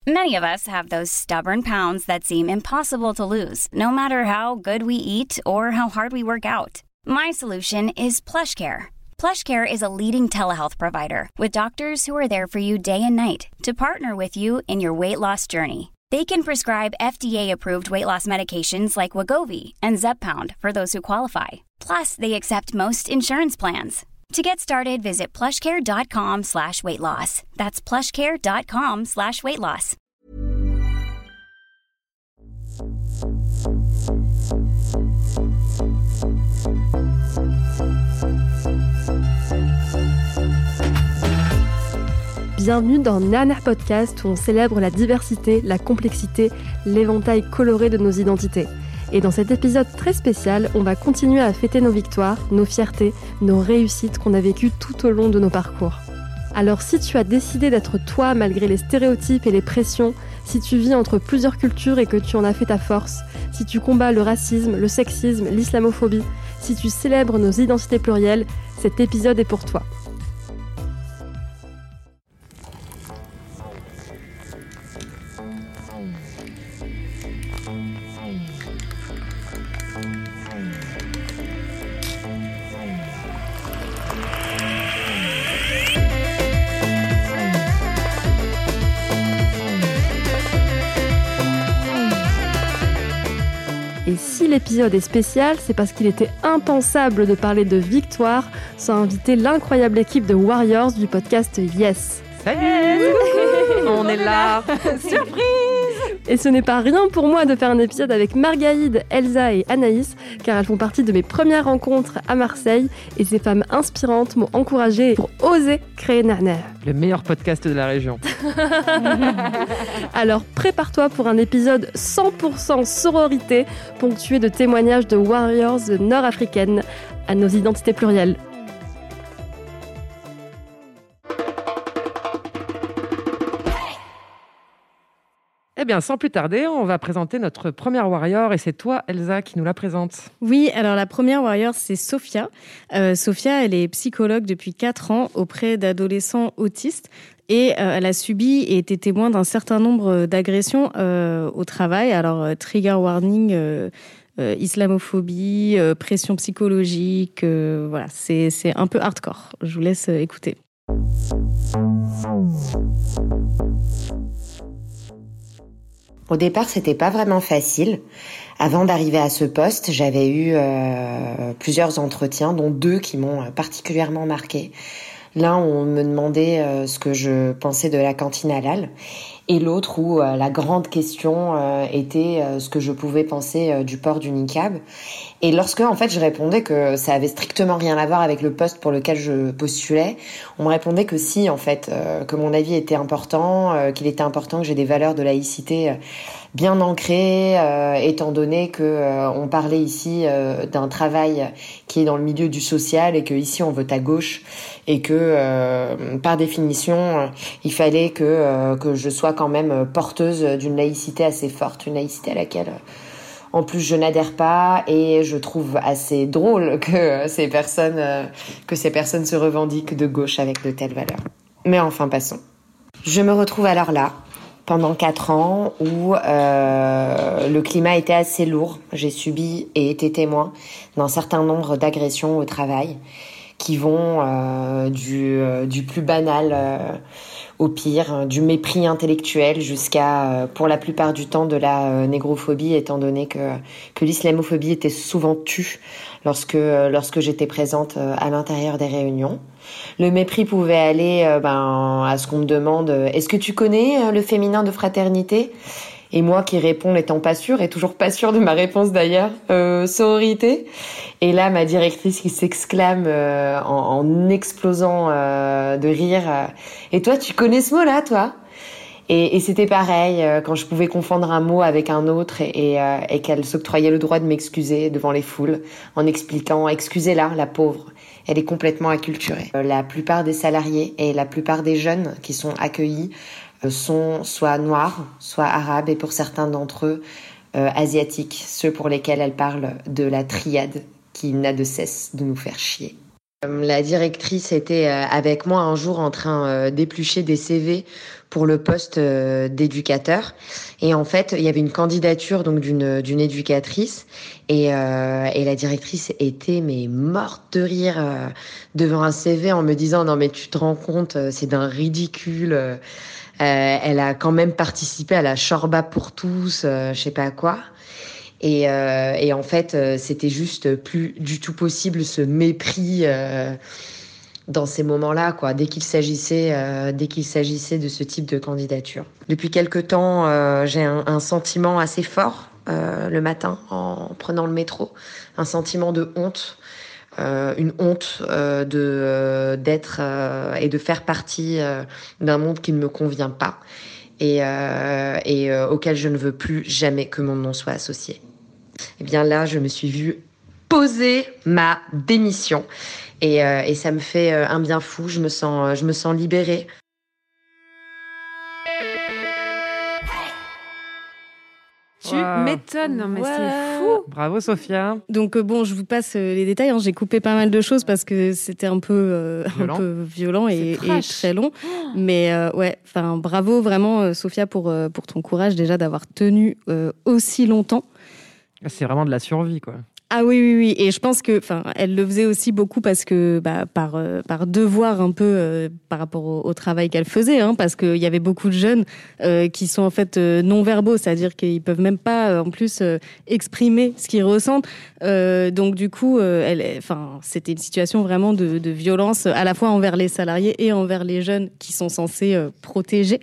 Many of us have those stubborn pounds that seem impossible to lose, no matter how good we eat or how hard we work out. My solution is PlushCare. PlushCare is a leading telehealth provider with doctors who are there for you day and night to partner with you in your weight loss journey. They can prescribe FDA-approved weight loss medications like Wegovy and Zepbound for those who qualify. Plus, they accept most insurance plans. To get started, visit plushcare.com/weightloss. That's plushcare.com/weightloss. Bienvenue dans Nana Podcast où on célèbre la diversité, la complexité, l'éventail coloré de nos identités. Et dans cet épisode très spécial, on va continuer à fêter nos victoires, nos fiertés, nos réussites qu'on a vécues tout au long de nos parcours. Alors si tu as décidé d'être toi malgré les stéréotypes et les pressions, si tu vis entre plusieurs cultures et que tu en as fait ta force, si tu combats le racisme, le sexisme, l'islamophobie, si tu célèbres nos identités plurielles, cet épisode est pour toi. Et si l'épisode est spécial, c'est parce qu'il était impensable de parler de victoire sans inviter l'incroyable équipe de Warriors du podcast Yes. Salut On est là. Surprise. Et ce n'est pas rien pour moi de faire un épisode avec Margaïde, Elsa et Anaïs, car elles font partie de mes premières rencontres à Marseille et ces femmes inspirantes m'ont encouragée pour oser créer Nana. Le meilleur podcast de la région. Alors prépare-toi pour un épisode 100% sororité, ponctué de témoignages de warriors nord-africaines à nos identités plurielles. Eh bien, sans plus tarder, on va présenter notre première warrior et c'est toi, Elsa, qui nous la présente. Oui, alors la première warrior, c'est Sophia. Sophia, elle est psychologue depuis 4 ans auprès d'adolescents autistes et elle a subi et été témoin d'un certain nombre d'agressions au travail. Alors, trigger warning, islamophobie, pression psychologique, voilà, c'est un peu hardcore. Je vous laisse écouter. Au départ, c'était pas vraiment facile. Avant d'arriver à ce poste, j'avais eu plusieurs entretiens, dont 2 qui m'ont particulièrement marquée. L'un où on me demandait ce que je pensais de la cantine halal, et l'autre où la grande question était ce que je pouvais penser du port du niqab. Et lorsque en fait je répondais que ça avait strictement rien à voir avec le poste pour lequel je postulais, on me répondait que si, en fait, que mon avis était important, qu'il était important que j'ai des valeurs de laïcité bien ancrées, étant donné que on parlait ici d'un travail qui est dans le milieu du social et que ici on vote à gauche et que par définition il fallait que je sois quand même porteuse d'une laïcité assez forte, une laïcité à laquelle en plus je n'adhère pas, et je trouve assez drôle que ces personnes se revendiquent de gauche avec de telles valeurs. Mais enfin, passons. Je me retrouve alors là, pendant 4 ans, où le climat était assez lourd. J'ai subi et été témoin d'un certain nombre d'agressions au travail qui vont du plus banal au pire, du mépris intellectuel jusqu'à, pour la plupart du temps, de la négrophobie, étant donné que l'islamophobie était souvent tue lorsque j'étais présente à l'intérieur des réunions. Le mépris pouvait aller à ce qu'on me demande « Est-ce que tu connais le féminin de fraternité ?» Et moi qui réponds n'étant pas sûre, et toujours pas sûre de ma réponse d'ailleurs, sororité. Et là, ma directrice qui s'exclame en explosant de rire, et toi, tu connais ce mot-là, toi ? Et c'était pareil, quand je pouvais confondre un mot avec un autre et qu'elle s'octroyait le droit de m'excuser devant les foules en expliquant « Excusez-la, la pauvre, elle est complètement acculturée ». La plupart des salariés et la plupart des jeunes qui sont accueillis sont soit noirs, soit arabes, et pour certains d'entre eux, asiatiques, ceux pour lesquels elle parle de la triade qui n'a de cesse de nous faire chier. La directrice était avec moi un jour en train d'éplucher des CV pour le poste d'éducateur. Et en fait, il y avait une candidature donc d'une éducatrice et la directrice était mais morte de rire devant un CV en me disant non mais tu te rends compte, c'est d'un ridicule. Elle a quand même participé à la Chorba pour tous, je sais pas quoi. Et en fait, c'était juste plus du tout possible ce mépris dans ces moments-là, quoi. Dès qu'il s'agissait de ce type de candidature. Depuis quelque temps, j'ai un sentiment assez fort le matin en prenant le métro, un sentiment de honte. Une honte d'être et de faire partie d'un monde qui ne me convient pas et auquel je ne veux plus jamais que mon nom soit associé. Et bien là, je me suis vue poser ma démission et ça me fait un bien fou. Je me sens libérée. Tu m'étonnes, non mais c'est fou. Bravo Sophia. Donc bon, je vous passe les détails. J'ai coupé pas mal de choses parce que c'était un peu violent et très long. Mais bravo vraiment Sophia pour ton courage déjà d'avoir tenu aussi longtemps. C'est vraiment de la survie, quoi. Ah oui. Et je pense que, elle le faisait aussi beaucoup parce que, par devoir un peu par rapport au travail qu'elle faisait, parce qu'il y avait beaucoup de jeunes qui sont en fait non-verbaux, c'est-à-dire qu'ils peuvent même pas, en plus, exprimer ce qu'ils ressentent. Donc du coup, c'était une situation vraiment de violence à la fois envers les salariés et envers les jeunes qui sont censés protéger.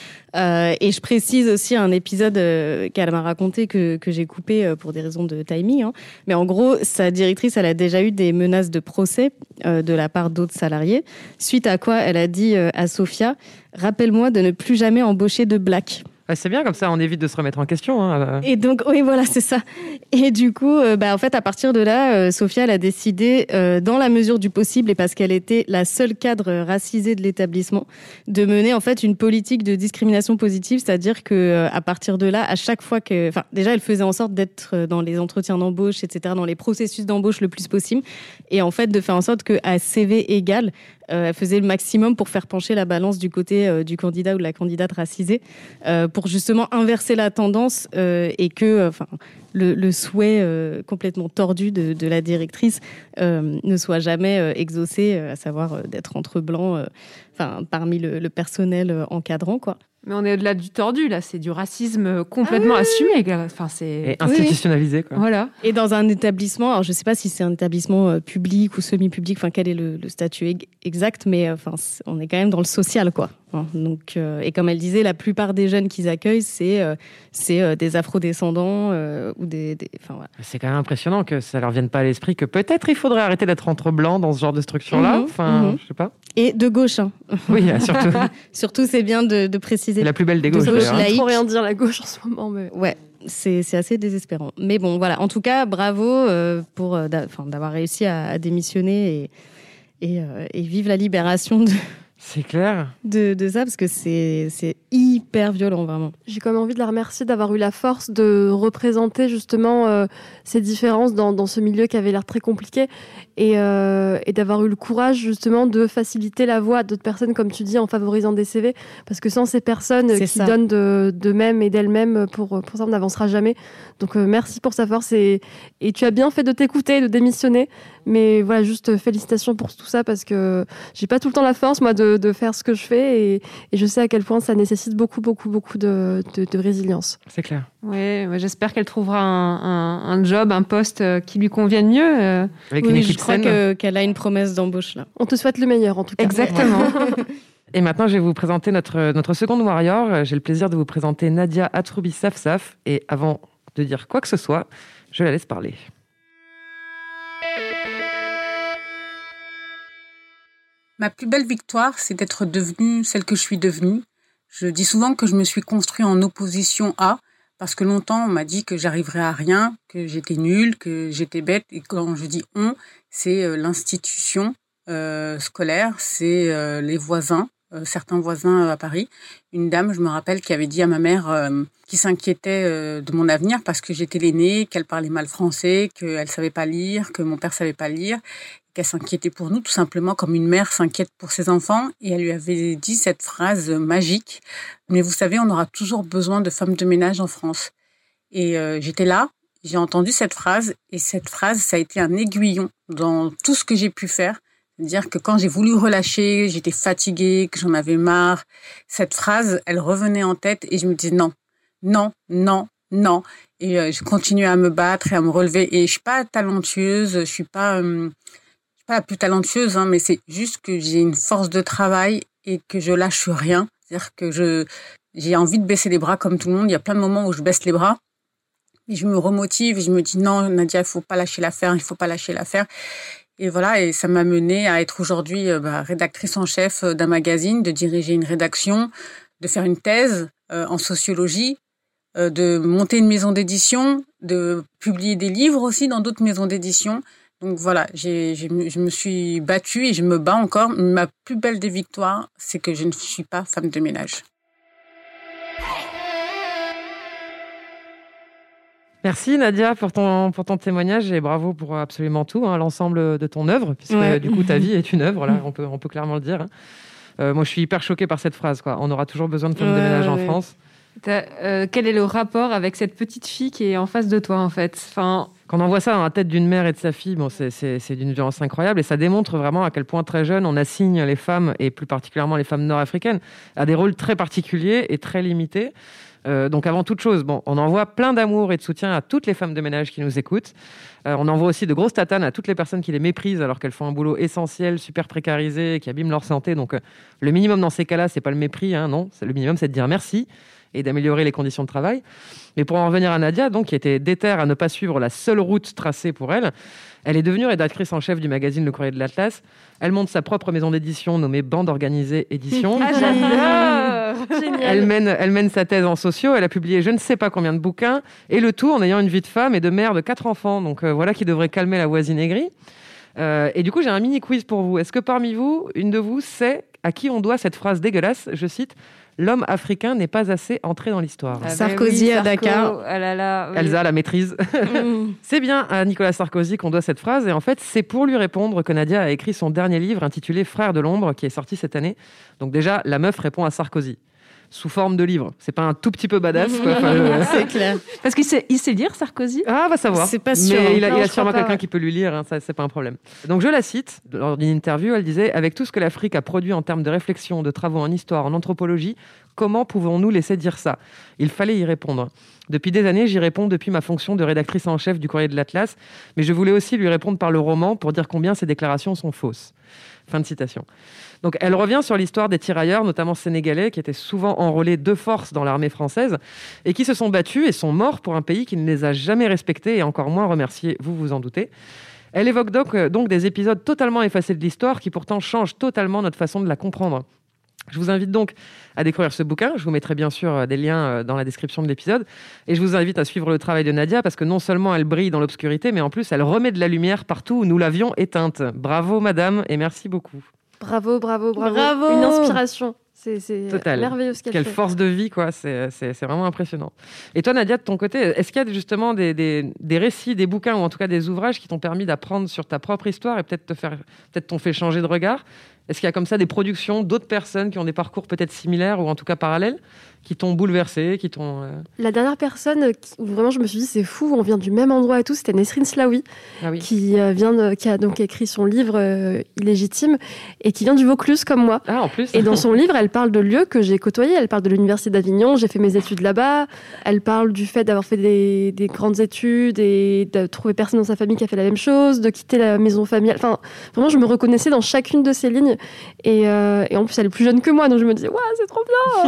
Et je précise aussi un épisode qu'elle m'a raconté que j'ai coupé pour des raisons de timing. Mais en gros, sa directrice, elle a déjà eu des menaces de procès de la part d'autres salariés, suite à quoi elle a dit à Sophia « Rappelle-moi de ne plus jamais embaucher de black ». C'est bien, comme ça on évite de se remettre en question. Et donc, oui, voilà, c'est ça. Et du coup, en fait, à partir de là, Sophia, elle a décidé, dans la mesure du possible, et parce qu'elle était la seule cadre racisée de l'établissement, de mener en fait une politique de discrimination positive, c'est-à-dire que à partir de là, à chaque fois que, déjà, elle faisait en sorte d'être dans les entretiens d'embauche, etc., dans les processus d'embauche le plus possible, et en fait de faire en sorte qu'à CV égal, elle faisait le maximum pour faire pencher la balance du côté du candidat ou de la candidate racisée, pour justement inverser la tendance et que le souhait complètement tordu de la directrice ne soit jamais exaucé, à savoir d'être entre blancs, parmi le personnel encadrant, quoi. Mais on est au-delà du tordu, là. C'est du racisme complètement assumé. Et institutionnalisé, quoi. Voilà. Et dans un établissement, alors je ne sais pas si c'est un établissement public ou semi-public, quel est le statut exact, mais on est quand même dans le social, quoi. Donc, et comme elle disait, la plupart des jeunes qu'ils accueillent, c'est des afrodescendants ou voilà. C'est quand même impressionnant que ça leur vienne pas à l'esprit que peut-être il faudrait arrêter d'être entre blancs dans ce genre de structure-là. Je sais pas. Et de gauche. Oui, surtout. Surtout, c'est bien de préciser. C'est la plus belle des gauches. Ça veut trop rien dire la gauche en ce moment. Mais... Ouais. C'est assez désespérant. Mais bon, voilà. En tout cas, bravo pour d'avoir réussi à démissionner et vive la libération C'est clair. De ça, parce que c'est hyper violent, vraiment. J'ai quand même envie de la remercier d'avoir eu la force de représenter justement ces différences dans ce milieu qui avait l'air très compliqué et d'avoir eu le courage justement de faciliter la voie à d'autres personnes, comme tu dis, en favorisant des CV. Parce que sans ces personnes donnent d'eux-mêmes et d'elles-mêmes, pour ça, on n'avancera jamais. Donc merci pour sa force et tu as bien fait de t'écouter et de démissionner. Mais voilà, juste félicitations pour tout ça, parce que j'ai pas tout le temps la force, moi, de faire ce que je fais et je sais à quel point ça nécessite beaucoup de résilience. C'est clair. Oui, j'espère qu'elle trouvera un job, un poste qui lui convienne mieux. Avec une équipe saine. Je crois qu'elle a une promesse d'embauche là. On te souhaite le meilleur en tout cas. Exactement. Et maintenant, je vais vous présenter notre seconde warrior. J'ai le plaisir de vous présenter Nadia Atroubi-Safsaf. Et avant de dire quoi que ce soit, je la laisse parler. Ma plus belle victoire, c'est d'être devenue celle que je suis devenue. Je dis souvent que je me suis construite en opposition à, parce que longtemps on m'a dit que j'arriverais à rien, que j'étais nulle, que j'étais bête. Et quand je dis on, c'est l'institution scolaire, c'est les voisins, certains voisins à Paris. Une dame, je me rappelle, qui avait dit à ma mère qui s'inquiétait de mon avenir parce que j'étais l'aînée, qu'elle parlait mal français, qu'elle savait pas lire, que mon père savait pas lire, qu'elle s'inquiétait pour nous, tout simplement comme une mère s'inquiète pour ses enfants. Et elle lui avait dit cette phrase magique. Mais vous savez, on aura toujours besoin de femmes de ménage en France. Et j'étais là, j'ai entendu cette phrase. Et cette phrase, ça a été un aiguillon dans tout ce que j'ai pu faire. C'est-à-dire que quand j'ai voulu relâcher, j'étais fatiguée, que j'en avais marre. Cette phrase, elle revenait en tête et je me disais non, non, non, non. Et je continuais à me battre et à me relever. Et je suis pas talentueuse, je suis pas la plus talentueuse, hein, mais c'est juste que j'ai une force de travail et que je lâche rien. C'est-à-dire que j'ai envie de baisser les bras comme tout le monde. Il y a plein de moments où je baisse les bras. Et je me remotive et je me dis non, Nadia, il faut pas lâcher l'affaire, il faut pas lâcher l'affaire. Et voilà, et ça m'a menée à être aujourd'hui rédactrice en chef d'un magazine, de diriger une rédaction, de faire une thèse en sociologie, de monter une maison d'édition, de publier des livres aussi dans d'autres maisons d'édition. Donc voilà, je me suis battue et je me bats encore. Ma plus belle des victoires, c'est que je ne suis pas femme de ménage. Merci Nadia pour ton témoignage et bravo pour absolument tout, hein, l'ensemble de ton œuvre, puisque du coup ta vie est une œuvre, là, on peut clairement le dire. Moi je suis hyper choquée par cette phrase, quoi. On aura toujours besoin de femmes de ménage en France. Quel est le rapport avec cette petite fille qui est en face de toi en fait? Quand on voit ça dans la tête d'une mère et de sa fille, bon, c'est d'une violence incroyable et ça démontre vraiment à quel point très jeune on assigne les femmes, et plus particulièrement les femmes nord-africaines, à des rôles très particuliers et très limités. Donc avant toute chose, on envoie plein d'amour et de soutien à toutes les femmes de ménage qui nous écoutent. On envoie aussi de grosses tatanes à toutes les personnes qui les méprisent alors qu'elles font un boulot essentiel, super précarisé, qui abîme leur santé. Donc le minimum dans ces cas-là, c'est pas le mépris, hein, non. Le minimum, c'est de dire merci et d'améliorer les conditions de travail. Mais pour en revenir à Nadia, donc, qui était déterre à ne pas suivre la seule route tracée pour elle, elle est devenue rédactrice en chef du magazine Le Courrier de l'Atlas. Elle monte sa propre maison d'édition nommée Bande Organisée Édition. Ah, j'adore. Génial. Elle mène sa thèse en sociaux. Elle a publié je ne sais pas combien de bouquins. Et le tout en ayant une vie de femme et de mère de 4 enfants. Donc voilà qui devrait calmer la voisine aigrie. Et du coup, j'ai un mini quiz pour vous. Est-ce que parmi vous, une de vous sait à qui on doit cette phrase dégueulasse? Je cite: l'homme africain n'est pas assez entré dans l'histoire. Sarkozy à Dakar. Ah là là, oui. Elsa, la maîtrise. C'est bien à Nicolas Sarkozy qu'on doit cette phrase. Et en fait, c'est pour lui répondre que Nadia a écrit son dernier livre intitulé Frères de l'ombre, qui est sorti cette année. Donc déjà, la meuf répond à Sarkozy sous forme de livre. C'est pas un tout petit peu badass, quoi. C'est clair. Parce qu'il sait lire Sarkozy. Ah, va savoir. C'est pas sûr. Mais il a Non, sûrement quelqu'un qui peut lui lire, hein, ça, c'est pas un problème. Donc je la cite, lors d'une interview, elle disait: avec tout ce que l'Afrique a produit en termes de réflexion, de travaux en histoire, en anthropologie, comment pouvons-nous laisser dire ça? Il fallait y répondre. Depuis des années, j'y réponds depuis ma fonction de rédactrice en chef du Courrier de l'Atlas, mais je voulais aussi lui répondre par le roman pour dire combien ces déclarations sont fausses. Fin de citation. Donc elle revient sur l'histoire des tirailleurs, notamment sénégalais, qui étaient souvent enrôlés de force dans l'armée française et qui se sont battus et sont morts pour un pays qui ne les a jamais respectés et encore moins remerciés, vous vous en doutez. Elle évoque donc des épisodes totalement effacés de l'histoire qui pourtant changent totalement notre façon de la comprendre. Je vous invite donc à découvrir ce bouquin. Je vous mettrai bien sûr des liens dans la description de l'épisode. Et je vous invite à suivre le travail de Nadia parce que non seulement elle brille dans l'obscurité, mais en plus elle remet de la lumière partout où nous l'avions éteinte. Bravo madame et merci beaucoup. Bravo. Une inspiration. C'est merveilleux ce qu'elle fait. Quelle force de vie, quoi. C'est vraiment impressionnant. Et toi, Nadia, de ton côté, est-ce qu'il y a justement des récits, des bouquins ou en tout cas des ouvrages qui t'ont permis d'apprendre sur ta propre histoire et peut-être t'ont fait changer de regard? Est-ce qu'il y a comme ça des productions d'autres personnes qui ont des parcours peut-être similaires ou en tout cas parallèles, qui t'ont bouleversé, qui t'ont... La dernière personne où vraiment je me suis dit c'est fou, on vient du même endroit et tout, c'était Nesrine Slaoui, qui a donc écrit son livre Illégitime et qui vient du Vaucluse comme moi. Ah, en plus. Et dans son livre, elle parle de lieux que j'ai côtoyés. Elle parle de l'université d'Avignon, j'ai fait mes études là-bas. Elle parle du fait d'avoir fait des grandes études et de trouver personne dans sa famille qui a fait la même chose, de quitter la maison familiale. Enfin, vraiment, je me reconnaissais dans chacune de ces lignes. Et en plus, elle est plus jeune que moi, donc je me disais, ouais, c'est trop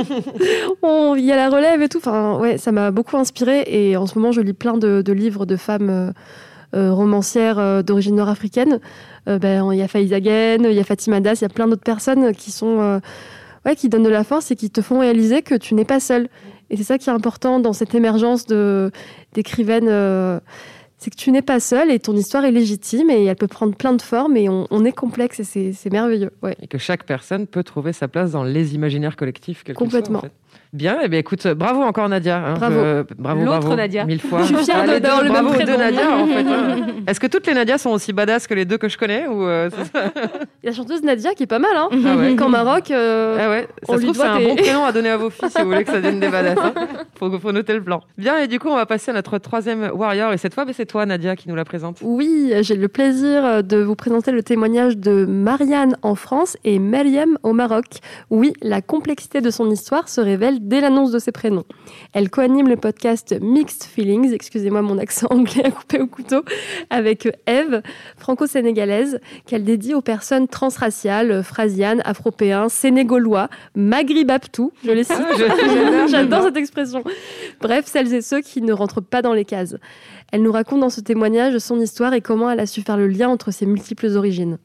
bien. Il y a la relève et tout. Enfin, ouais, ça m'a beaucoup inspirée. Et en ce moment, je lis plein de livres de femmes romancières d'origine nord-africaine. Il y a Faiza Guène, il y a Fatima Das, il y a plein d'autres personnes qui sont qui donnent de la force et qui te font réaliser que tu n'es pas seule. Et c'est ça qui est important dans cette émergence d'écrivaines. C'est que tu n'es pas seule et ton histoire est légitime et elle peut prendre plein de formes et on est complexe et c'est merveilleux. Ouais. Et que chaque personne peut trouver sa place dans les imaginaires collectifs. Complètement. Soit, en fait. Bien, eh bien écoute, bravo encore Nadia. Hein, Bravo. Bravo. Nadia. 1000 fois. Je suis fière d'avoir le même prénom. prénom. Bravo aux deux Nadia en fait. Hein. Est-ce que toutes les Nadias sont aussi badass que les deux que je connais ou c'est ça? Il y a la chanteuse Nadia qui est pas mal, hein. Ah ouais. Qu'en Maroc, Ah ouais. Ça on se lui trouve, c'est doit un des- bon prénom à donner à vos filles si vous voulez que ça devienne des badass. Hein. Faut noter le plan. Bien, et du coup, on va passer à notre troisième warrior. Et cette fois, c'est toi, Nadia, qui nous la présente. Oui, j'ai le plaisir de vous présenter le témoignage de Marianne en France et Meriem au Maroc. Oui, la complexité de son histoire se révèle dès l'annonce de ses prénoms. Elle co-anime le podcast Mixed Feelings, excusez-moi mon accent anglais à couper au couteau, avec Eve, franco-sénégalaise, qu'elle dédie aux personnes transraciales, phrasianes, afropéens, sénégalois, maghribaptou, je les cite, j'adore cette expression. Bref, celles et ceux qui ne rentrent pas dans les cases. Elle nous raconte dans ce témoignage son histoire et comment elle a su faire le lien entre ses multiples origines.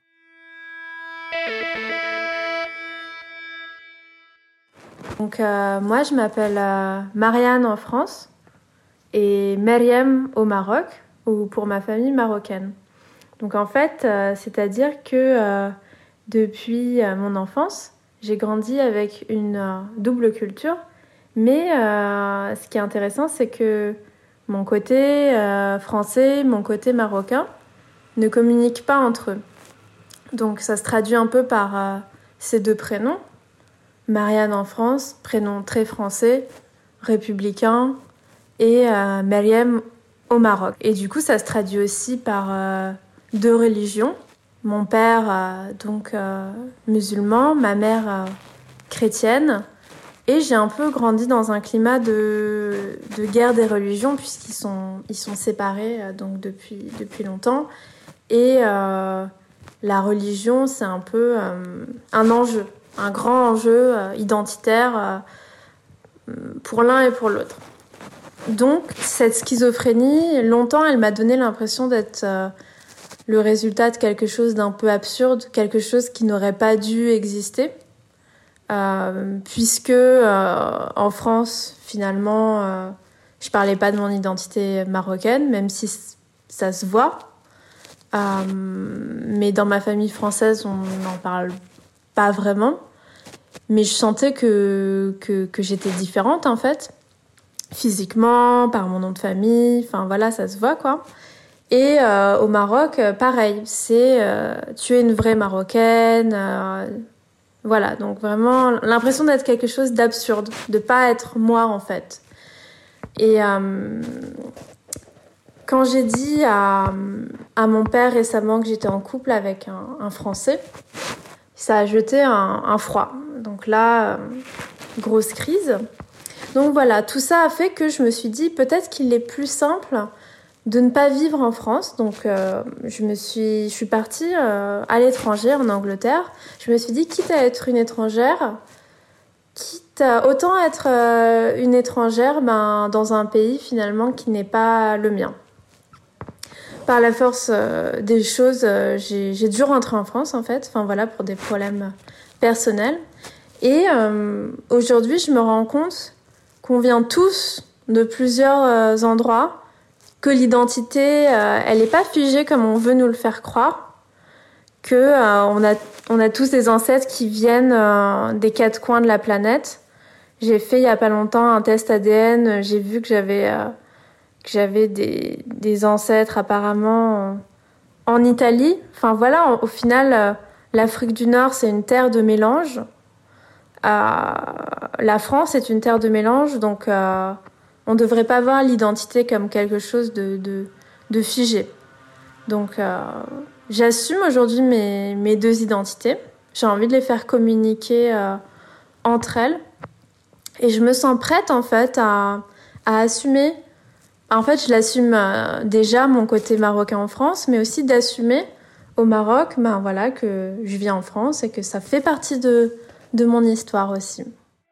Donc moi je m'appelle Marianne en France et Meriem au Maroc, ou pour ma famille marocaine. Donc en fait, c'est-à-dire que depuis mon enfance, j'ai grandi avec une double culture, mais ce qui est intéressant, c'est que mon côté français, mon côté marocain ne communiquent pas entre eux. Donc ça se traduit un peu par ces deux prénoms. Marianne en France, prénom très français, républicain, et Meriem au Maroc. Et du coup, ça se traduit aussi par deux religions. Mon père, musulman, ma mère chrétienne. Et j'ai un peu grandi dans un climat de guerre des religions, puisqu'ils sont séparés donc depuis longtemps. Et la religion, c'est un peu un enjeu. Un grand enjeu identitaire pour l'un et pour l'autre. Donc, cette schizophrénie, longtemps, elle m'a donné l'impression d'être le résultat de quelque chose d'un peu absurde, quelque chose qui n'aurait pas dû exister, puisque en France, finalement, je parlais pas de mon identité marocaine, même si ça se voit. Mais dans ma famille française, on n'en parle pas vraiment, mais je sentais que j'étais différente en fait, physiquement, par mon nom de famille, enfin voilà, ça se voit quoi. Et au Maroc, pareil, c'est tu es une vraie Marocaine, voilà, donc vraiment l'impression d'être quelque chose d'absurde, de pas être moi en fait. Et quand j'ai dit à mon père récemment que j'étais en couple avec un Français, ça a jeté un froid. Donc là, grosse crise. Donc voilà, tout ça a fait que je me suis dit peut-être qu'il est plus simple de ne pas vivre en France. Donc je suis partie à l'étranger, en Angleterre. Je me suis dit, quitte à être une étrangère, autant être une étrangère dans un pays finalement qui n'est pas le mien. Par la force des choses, j'ai dû rentrer en France en fait, enfin voilà, pour des problèmes personnels. Et aujourd'hui, je me rends compte qu'on vient tous de plusieurs endroits, que l'identité, elle n'est pas figée comme on veut nous le faire croire, que on a tous des ancêtres qui viennent des quatre coins de la planète. J'ai fait il y a pas longtemps un test ADN, j'ai vu que j'avais des ancêtres apparemment en Italie. Enfin voilà, au final, l'Afrique du Nord, c'est une terre de mélange. La France est une terre de mélange, donc on ne devrait pas voir l'identité comme quelque chose de figé. Donc j'assume aujourd'hui mes deux identités. J'ai envie de les faire communiquer entre elles. Et je me sens prête en fait à assumer. En fait, je l'assume déjà, mon côté marocain en France, mais aussi d'assumer au Maroc voilà, que je vis en France et que ça fait partie de mon histoire aussi.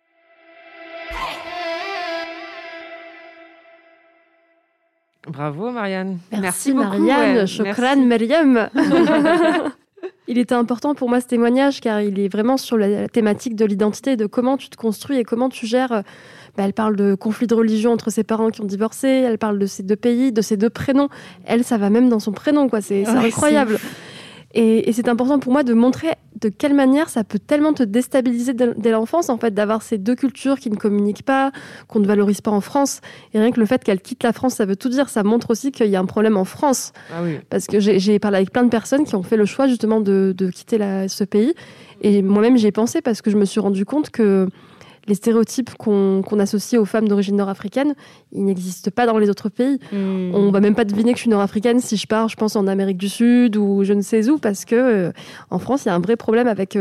Bravo Marianne. Merci beaucoup, Marianne, ouais. Shukran Meriem. Il était important pour moi ce témoignage car il est vraiment sur la thématique de l'identité, de comment tu te construis et comment tu gères. Elle parle de conflits de religion entre ses parents qui ont divorcé, elle parle de ces deux pays, de ces deux prénoms. Elle, ça va même dans son prénom, quoi. C'est incroyable. Et c'est important pour moi de montrer de quelle manière ça peut tellement te déstabiliser dès l'enfance, en fait, d'avoir ces deux cultures qui ne communiquent pas, qu'on ne valorise pas en France. Et rien que le fait qu'elle quitte la France, ça veut tout dire. Ça montre aussi qu'il y a un problème en France. Ah oui. Parce que j'ai parlé avec plein de personnes qui ont fait le choix justement de quitter ce pays. Et moi-même, j'y ai pensé parce que je me suis rendu compte que les stéréotypes qu'on associe aux femmes d'origine nord-africaine, ils n'existent pas dans les autres pays. On ne va même pas deviner que je suis nord-africaine si je pars, je pense, en Amérique du Sud ou je ne sais où, parce que en France, il y a un vrai problème avec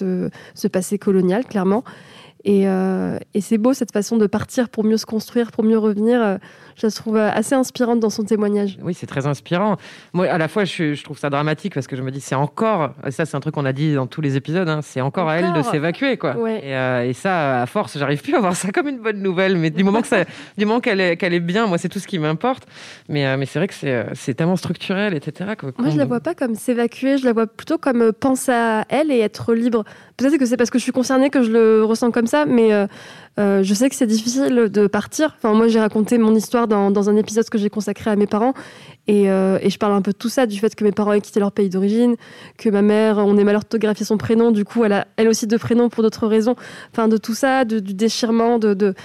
ce passé colonial, clairement. Et c'est beau, cette façon de partir pour mieux se construire, pour mieux revenir. Je la trouve assez inspirante dans son témoignage. Oui, c'est très inspirant. Moi, à la fois, je trouve ça dramatique parce que je me dis, c'est encore... Ça, c'est un truc qu'on a dit dans tous les épisodes. Hein, c'est encore à elle de s'évacuer, quoi. Ouais. Et ça, à force, j'arrive plus à voir ça comme une bonne nouvelle. Mais du moment qu'elle est bien, moi, c'est tout ce qui m'importe. Mais c'est vrai que c'est tellement structurel, etc. Moi, je la vois pas comme s'évacuer. Je la vois plutôt comme penser à elle et être libre. Peut-être que c'est parce que je suis concernée que je le ressens comme ça, mais je sais que c'est difficile de partir. Enfin, moi, j'ai raconté mon histoire dans un épisode que j'ai consacré à mes parents, et je parle un peu de tout ça, du fait que mes parents aient quitté leur pays d'origine, que ma mère, on ait mal orthographié son prénom, du coup, elle a elle aussi deux prénoms pour d'autres raisons. Enfin, de tout ça, du déchirement,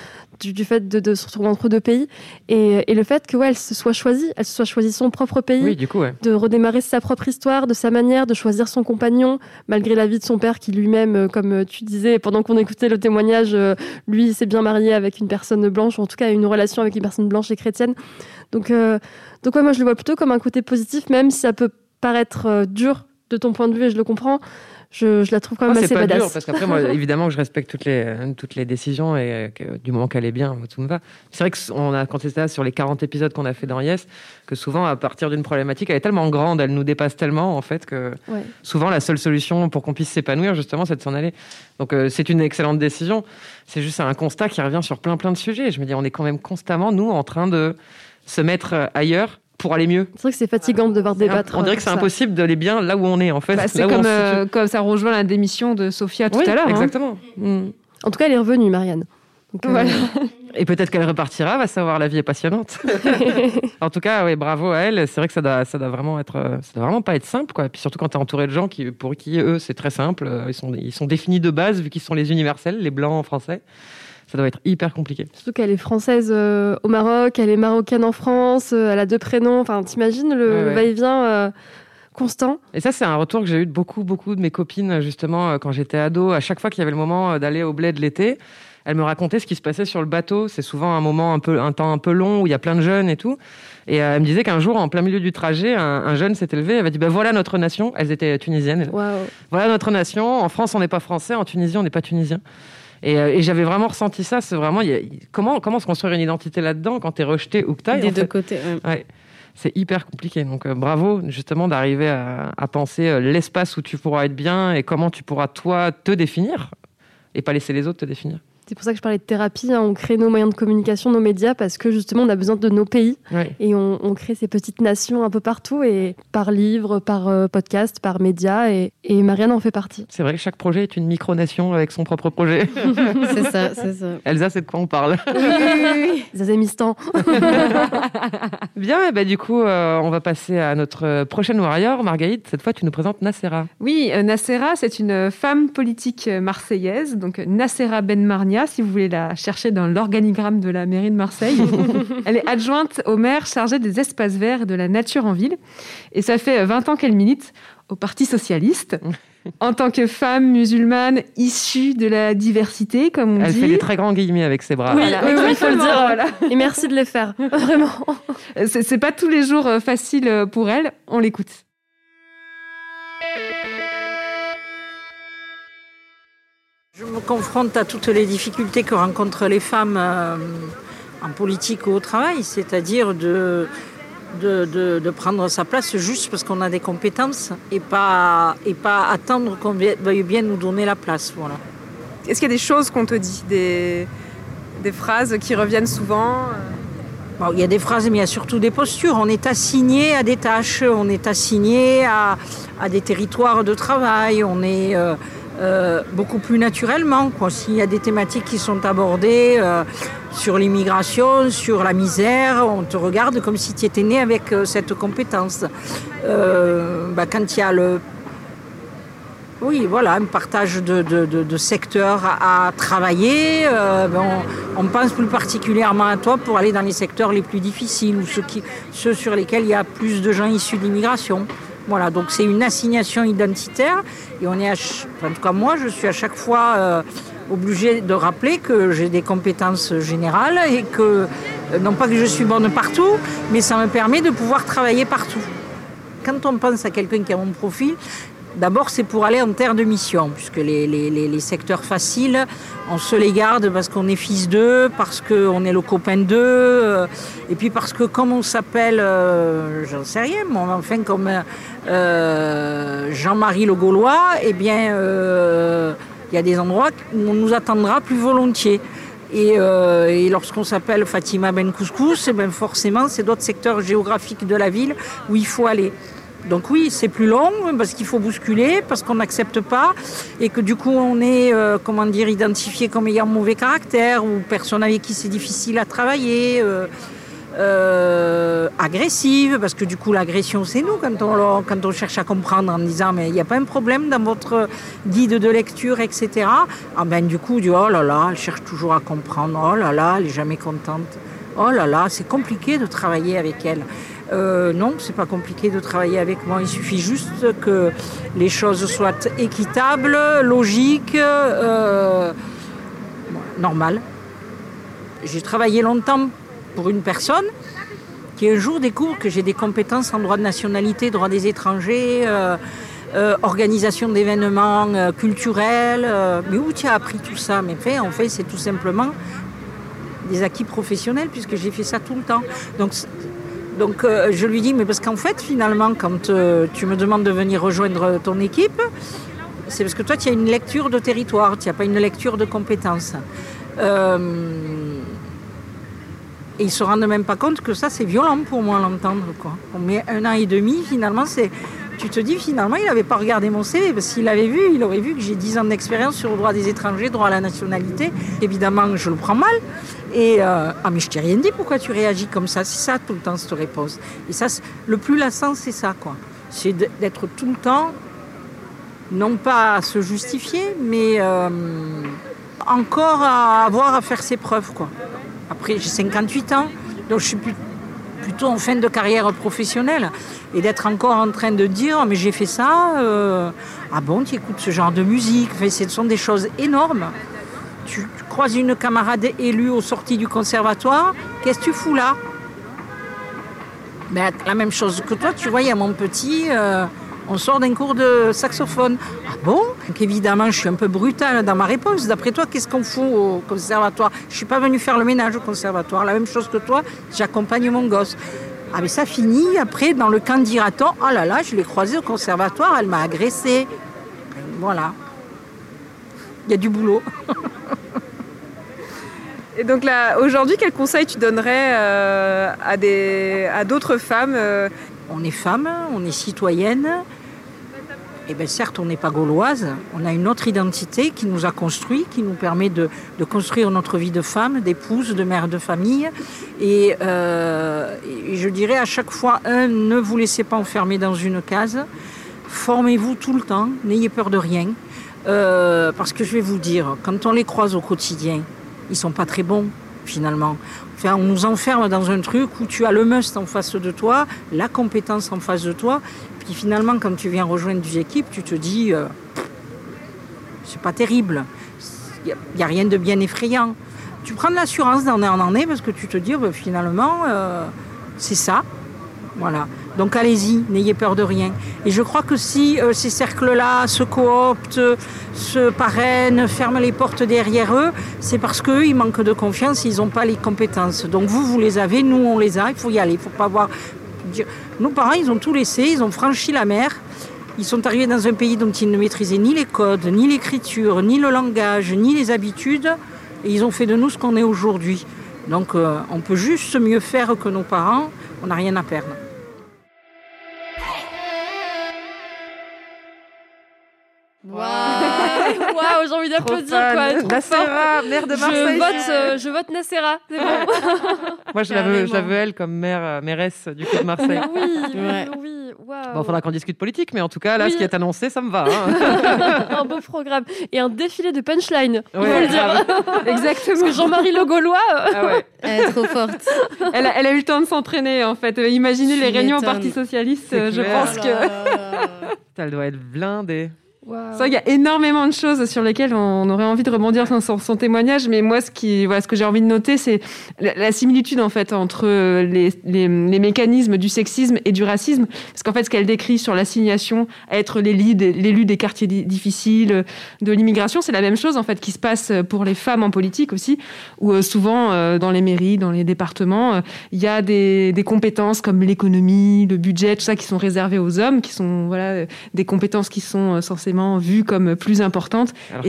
du fait de se retrouver entre deux pays, et le fait que elle se soit choisie son propre pays, oui, du coup, ouais. De redémarrer sa propre histoire, de sa manière, de choisir son compagnon, malgré l'avis de son père qui lui-même, comme tu disais, pendant qu'on écoutait le témoignage, lui s'est bien marié avec une personne blanche, ou en tout cas une relation avec une personne blanche et chrétienne. Donc ouais, moi je le vois plutôt comme un côté positif, même si ça peut paraître dur de ton point de vue, et je le comprends. Je la trouve quand même assez badass. C'est pas dur, parce qu'après, moi, évidemment, je respecte toutes les décisions, et du moment qu'elle est bien, tout me va. C'est vrai que quand c'était là sur les 40 épisodes qu'on a fait dans Yes, que souvent, à partir d'une problématique, elle est tellement grande, elle nous dépasse tellement, en fait, que souvent, la seule solution pour qu'on puisse s'épanouir, justement, c'est de s'en aller. Donc, c'est une excellente décision. C'est juste un constat qui revient sur plein de sujets. Je me dis, on est quand même constamment, nous, en train de se mettre ailleurs pour aller mieux. C'est vrai que c'est fatigant de devoir débattre. On dirait que c'est impossible d'aller bien là où on est, en fait. C'est comme ça rejoint la démission de Sophia tout à l'heure. Exactement. En tout cas, elle est revenue, Marianne. Donc, voilà. Et peut-être qu'elle repartira, va savoir, la vie est passionnante. En tout cas, oui, bravo à elle. C'est vrai que ça doit vraiment pas être simple, quoi. Et puis surtout quand tu es entouré de gens pour qui, eux, c'est très simple. Ils sont définis de base, vu qu'ils sont les universels, les blancs en français. Ça doit être hyper compliqué. Surtout qu'elle est française au Maroc, elle est marocaine en France, elle a deux prénoms. Enfin, t'imagines le va-et-vient constant. Et ça, c'est un retour que j'ai eu de beaucoup de mes copines, justement, quand j'étais ado. À chaque fois qu'il y avait le moment d'aller au bled l'été, elles me racontaient ce qui se passait sur le bateau. C'est souvent un temps un peu long où il y a plein de jeunes et tout. Et elle me disait qu'un jour, en plein milieu du trajet, un jeune s'est élevé. Elle m'a dit, voilà notre nation. Elles étaient tunisiennes. Wow. Voilà notre nation. En France, on n'est pas français. En Tunisie, on n'est pas tunisien. Et j'avais vraiment ressenti ça. C'est vraiment, comment se construire une identité là-dedans quand t'es rejeté ou que t'ailles. Des deux côtés. Ouais. C'est hyper compliqué. Donc bravo, justement, d'arriver à penser l'espace où tu pourras être bien et comment tu pourras, toi, te définir et pas laisser les autres te définir. C'est pour ça que je parlais de thérapie. On crée nos moyens de communication, nos médias, parce que justement, on a besoin de nos pays. Ouais. Et on crée ces petites nations un peu partout, et par livre, par podcast, par médias. Et Marianne en fait partie. C'est vrai que chaque projet est une micronation avec son propre projet. C'est ça. Elsa, c'est de quoi on parle? Oui. Zazémistan. Bien, et du coup, on va passer à notre prochaine warrior. Margaïde, cette fois, tu nous présentes Nacera. Oui, Nacera, c'est une femme politique marseillaise, donc Nacera Benmarnia, si vous voulez la chercher dans l'organigramme de la mairie de Marseille. Elle est adjointe au maire chargée des espaces verts et de la nature en ville. Et ça fait 20 ans qu'elle milite au Parti socialiste. En tant que femme musulmane issue de la diversité, comme on dit. Elle fait des très grands guillemets avec ses bras. Oui, il faut le dire. Voilà. Et merci de les faire, vraiment. C'est pas tous les jours facile pour elle. On l'écoute. Je me confronte à toutes les difficultés que rencontrent les femmes en politique ou au travail, c'est-à-dire de prendre sa place juste parce qu'on a des compétences et pas attendre qu'on veuille bien nous donner la place. Voilà. Est-ce qu'il y a des choses qu'on te dit, des phrases qui reviennent souvent? Bon, il y a des phrases, mais il y a surtout des postures. On est assigné à des tâches, on est assigné à des territoires de travail, on est... beaucoup plus naturellement, quoi. S'il y a des thématiques qui sont abordées sur l'immigration, sur la misère, on te regarde comme si tu étais né avec cette compétence. Quand il y a Oui, voilà, un partage de secteurs à travailler. On pense plus particulièrement à toi pour aller dans les secteurs les plus difficiles ou ceux sur lesquels il y a plus de gens issus de l'immigration. Voilà, donc c'est une assignation identitaire et on est, en tout cas moi, je suis à chaque fois obligée de rappeler que j'ai des compétences générales et que, non pas que je suis bonne partout, mais ça me permet de pouvoir travailler partout. Quand on pense à quelqu'un qui a mon profil, d'abord, c'est pour aller en terre de mission, puisque les secteurs faciles, on se les garde parce qu'on est fils d'eux, parce qu'on est le copain d'eux, et puis parce que comme on s'appelle, j'en sais rien, mais enfin comme Jean-Marie le Gaulois, eh bien, il y a des endroits où on nous attendra plus volontiers. Et lorsqu'on s'appelle Fatima Ben Couscous, eh bien forcément, c'est d'autres secteurs géographiques de la ville où il faut aller. Donc oui, c'est plus long parce qu'il faut bousculer, parce qu'on n'accepte pas et que du coup on est, identifié comme ayant mauvais caractère ou personne avec qui c'est difficile à travailler, agressive, parce que du coup l'agression c'est nous quand on cherche à comprendre en disant mais il n'y a pas un problème dans votre guide de lecture, etc. Ah ben du coup, oh là là, elle cherche toujours à comprendre, oh là là, elle n'est jamais contente, oh là là, c'est compliqué de travailler avec elle. Non, c'est pas compliqué de travailler avec moi. Il suffit juste que les choses soient équitables, logiques, normales. J'ai travaillé longtemps pour une personne qui un jour découvre que j'ai des compétences en droit de nationalité, droit des étrangers, organisation d'événements culturels. Mais où tu as appris tout ça? Mais en fait, c'est tout simplement des acquis professionnels puisque j'ai fait ça tout le temps. Donc je lui dis, mais parce qu'en fait, finalement, quand tu me demandes de venir rejoindre ton équipe, c'est parce que toi, tu as une lecture de territoire, tu n'as pas une lecture de compétences. Et ils ne se rendent même pas compte que ça, c'est violent pour moi à l'entendre, quoi. On met 1 an et demi, finalement, tu te dis, finalement, il n'avait pas regardé mon CV, parce qu'il l'avait vu, il aurait vu que j'ai 10 ans d'expérience sur le droit des étrangers, droit à la nationalité. Évidemment, je le prends mal. Et mais je t'ai rien dit, pourquoi tu réagis comme ça? C'est ça tout le temps, cette réponse. Et ça, le plus lassant, c'est ça, quoi. C'est d'être tout le temps, non pas à se justifier, mais encore à avoir à faire ses preuves, quoi. Après, j'ai 58 ans, donc je suis plutôt en fin de carrière professionnelle. Et d'être encore en train de dire, mais j'ai fait ça, ah bon, tu écoutes ce genre de musique, enfin, ce sont des choses énormes. Tu croises une camarade élue aux sorties du conservatoire, qu'est-ce que tu fous là? Ben, la même chose que toi, tu vois, il y a mon petit, on sort d'un cours de saxophone. Ah bon? Donc évidemment, je suis un peu brutale dans ma réponse. D'après toi, qu'est-ce qu'on fout au conservatoire? Je ne suis pas venue faire le ménage au conservatoire. La même chose que toi, j'accompagne mon gosse. Ah mais ça finit, après, dans le camp dira-t-on, oh là là, je l'ai croisée au conservatoire, elle m'a agressée. Voilà. Il y a du boulot. Et donc là, aujourd'hui, quel conseil tu donnerais à d'autres femmes On est femme, on est citoyenne. Et bien certes, on n'est pas gauloise. On a une autre identité qui nous a construit, qui nous permet de construire notre vie de femme, d'épouse, de mère de famille. Et je dirais à chaque fois, ne vous laissez pas enfermer dans une case. Formez-vous tout le temps, n'ayez peur de rien. Parce que je vais vous dire, quand on les croise au quotidien, ils sont pas très bons, finalement. Enfin, on nous enferme dans un truc où tu as le must en face de toi, la compétence en face de toi, puis finalement, quand tu viens rejoindre une équipe, tu te dis, c'est pas terrible, il n'y a rien de bien effrayant. Tu prends de l'assurance d'en année parce que tu te dis, finalement, c'est ça. Voilà. Donc allez-y, n'ayez peur de rien. Et je crois que si ces cercles-là se cooptent, se parrainent, ferment les portes derrière eux, c'est parce qu'eux, ils manquent de confiance, ils n'ont pas les compétences. Donc vous les avez, nous on les a, il faut y aller. Il faut pas avoir... Nos parents, ils ont tout laissé, ils ont franchi la mer. Ils sont arrivés dans un pays dont ils ne maîtrisaient ni les codes, ni l'écriture, ni le langage, ni les habitudes. Et ils ont fait de nous ce qu'on est aujourd'hui. Donc on peut juste mieux faire que nos parents, on n'a rien à perdre. Waouh, j'ai envie envie d'applaudir, quoi. Nacera, maire de Marseille. Je vote Nacera, c'est bon. Moi, je la veux, elle, comme mairesse du coup de Marseille. Oui, waouh. Bon, faudra qu'on discute politique, mais en tout cas, là, ce qui est annoncé, ça me va. Hein. Un beau programme. Et un défilé de punchline, il faut Ouais, le dire. Exactement. Parce que Jean-Marie Le Gaulois... Ah ouais. Elle est trop forte. Elle a eu le temps de s'entraîner, en fait. Imaginez les réunions au m'étonnes. Parti Socialiste, C'est je clair. pense que... Putain, elle doit être blindée. Wow. C'est vrai qu'il y a énormément de choses sur lesquelles on aurait envie de rebondir sur son témoignage, mais moi, ce que j'ai envie de noter, c'est la similitude, en fait, entre les mécanismes du sexisme et du racisme. Parce qu'en fait, ce qu'elle décrit sur l'assignation à être l'élu des quartiers difficiles, de l'immigration, c'est la même chose, en fait, qui se passe pour les femmes en politique aussi, où souvent, dans les mairies, dans les départements, il y a des compétences comme l'économie, le budget, tout ça, qui sont réservées aux hommes, qui sont, voilà, des compétences qui sont censées vues comme plus importantes,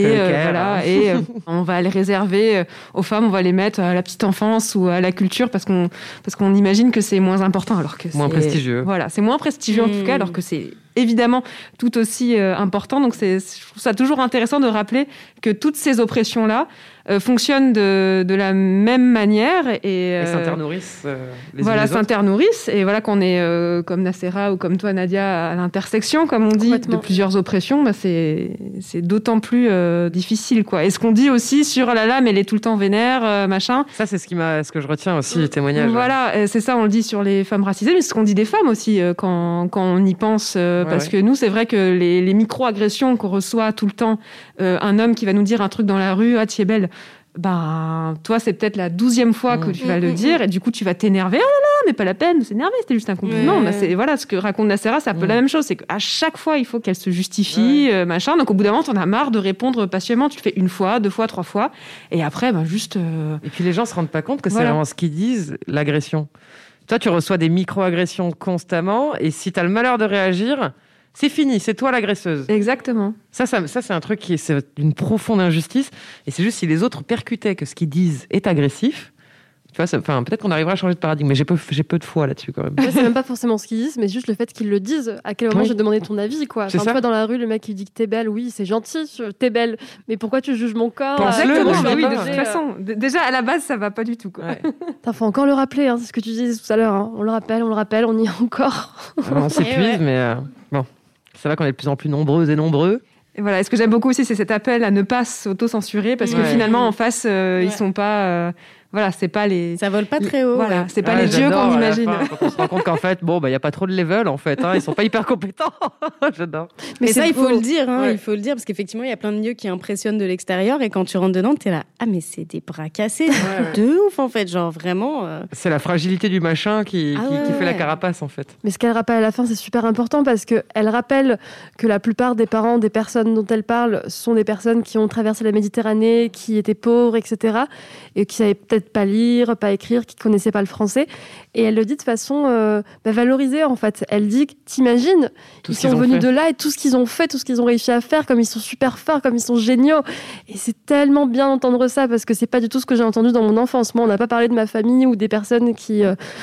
et on va les réserver aux femmes, on va les mettre à la petite enfance ou à la culture parce qu'on imagine que c'est moins important, alors que Moins prestigieux. Voilà, c'est moins prestigieux en tout cas, alors que c'est évidemment tout aussi important. Donc je trouve ça toujours intéressant de rappeler que toutes ces oppressions-là fonctionnent de la même manière et s'internourrissent les voilà, unes les autres. s'internourrissent, et voilà, qu'on est comme Nacera ou comme toi Nadia à l'intersection, comme on dit, de plusieurs oppressions, bah c'est d'autant plus difficile, quoi. Et ce qu'on dit aussi sur là mais elle est tout le temps vénère, machin. Ça, c'est ce que je retiens aussi du témoignage. Voilà, c'est ça, on le dit sur les femmes racisées, mais c'est ce qu'on dit des femmes aussi quand on y pense, parce que nous, c'est vrai que les micro-agressions qu'on reçoit tout le temps, un homme qui va nous dire un truc dans la rue, ah, tu es belle. Ben, toi, c'est peut-être la 12e fois que tu vas le dire, et du coup, tu vas t'énerver. Oh là là, mais pas la peine de s'énerver, c'était juste un compliment. Bah, c'est, voilà, ce que raconte Nacera, c'est un peu la même chose. C'est qu'à chaque fois, il faut qu'elle se justifie, machin. Donc, au bout d'un moment, t'en as marre de répondre passionnément. Tu le fais 1 fois, 2 fois, 3 fois. Et après, ben, juste. Et puis, les gens se rendent pas compte que Voilà. c'est vraiment ce qu'ils disent, l'agression. Toi, tu reçois des micro-agressions constamment, et si t'as le malheur de réagir, c'est fini, c'est toi l'agresseuse. Exactement. Ça c'est un truc c'est d'une profonde injustice. Et c'est juste si les autres percutaient que ce qu'ils disent est agressif, tu vois, peut-être qu'on arrivera à changer de paradigme, mais j'ai peu de foi là-dessus quand même. Ouais, c'est même pas forcément ce qu'ils disent, mais juste le fait qu'ils le disent. À quel moment j'ai demandé ton avis, quoi. C'est Enfin, ça. tu vois, dans la rue, le mec il dit que t'es belle, oui, c'est gentil, t'es belle, mais pourquoi tu juges mon corps Pense-le, Exactement, je bah sais oui, pas. de toute façon. Déjà, à la base, ça va pas du tout, quoi. Attends, faut encore le rappeler, hein, c'est ce que tu disais tout à l'heure. Hein. On le rappelle, on y est encore. On s'épuise, mais bon, ça va qu'on est de plus en plus nombreuses et nombreux. Et voilà. Et ce que j'aime beaucoup aussi, c'est cet appel à ne pas s'auto-censurer, parce que finalement, en face, ils sont pas. Voilà, c'est pas les. Ça vole pas très haut. Voilà, ouais. c'est pas les dieux j'adore, qu'on à la imagine. fin, quand on se rend compte qu'en fait, bon, y a pas trop de level en fait. Hein, ils sont pas hyper compétents. J'adore. Mais ça, c'est il faut beau. le dire, hein, Ouais. il faut le dire, parce qu'effectivement, il y a plein de milieux qui impressionnent de l'extérieur, et quand tu rentres dedans, t'es là, ah, mais c'est des bras cassés, de ouf, en fait, genre vraiment. C'est la fragilité du machin qui fait la carapace en fait. Mais ce qu'elle rappelle à la fin, c'est super important parce qu'elle rappelle que la plupart des parents des personnes dont elle parle sont des personnes qui ont traversé la Méditerranée, qui étaient pauvres, etc. Et qui savaient peut-être pas lire, pas écrire, qui connaissaient pas le français. Et elle le dit de façon valorisée, en fait. Elle dit, t'imagines, Tout ils ce qu'ils sont ont venus fait. de là et tout ce qu'ils ont fait, tout ce qu'ils ont réussi à faire, comme ils sont super forts, comme ils sont géniaux. Et c'est tellement bien d'entendre ça parce que c'est pas du tout ce que j'ai entendu dans mon enfance. Moi, on n'a pas parlé de ma famille ou des personnes qui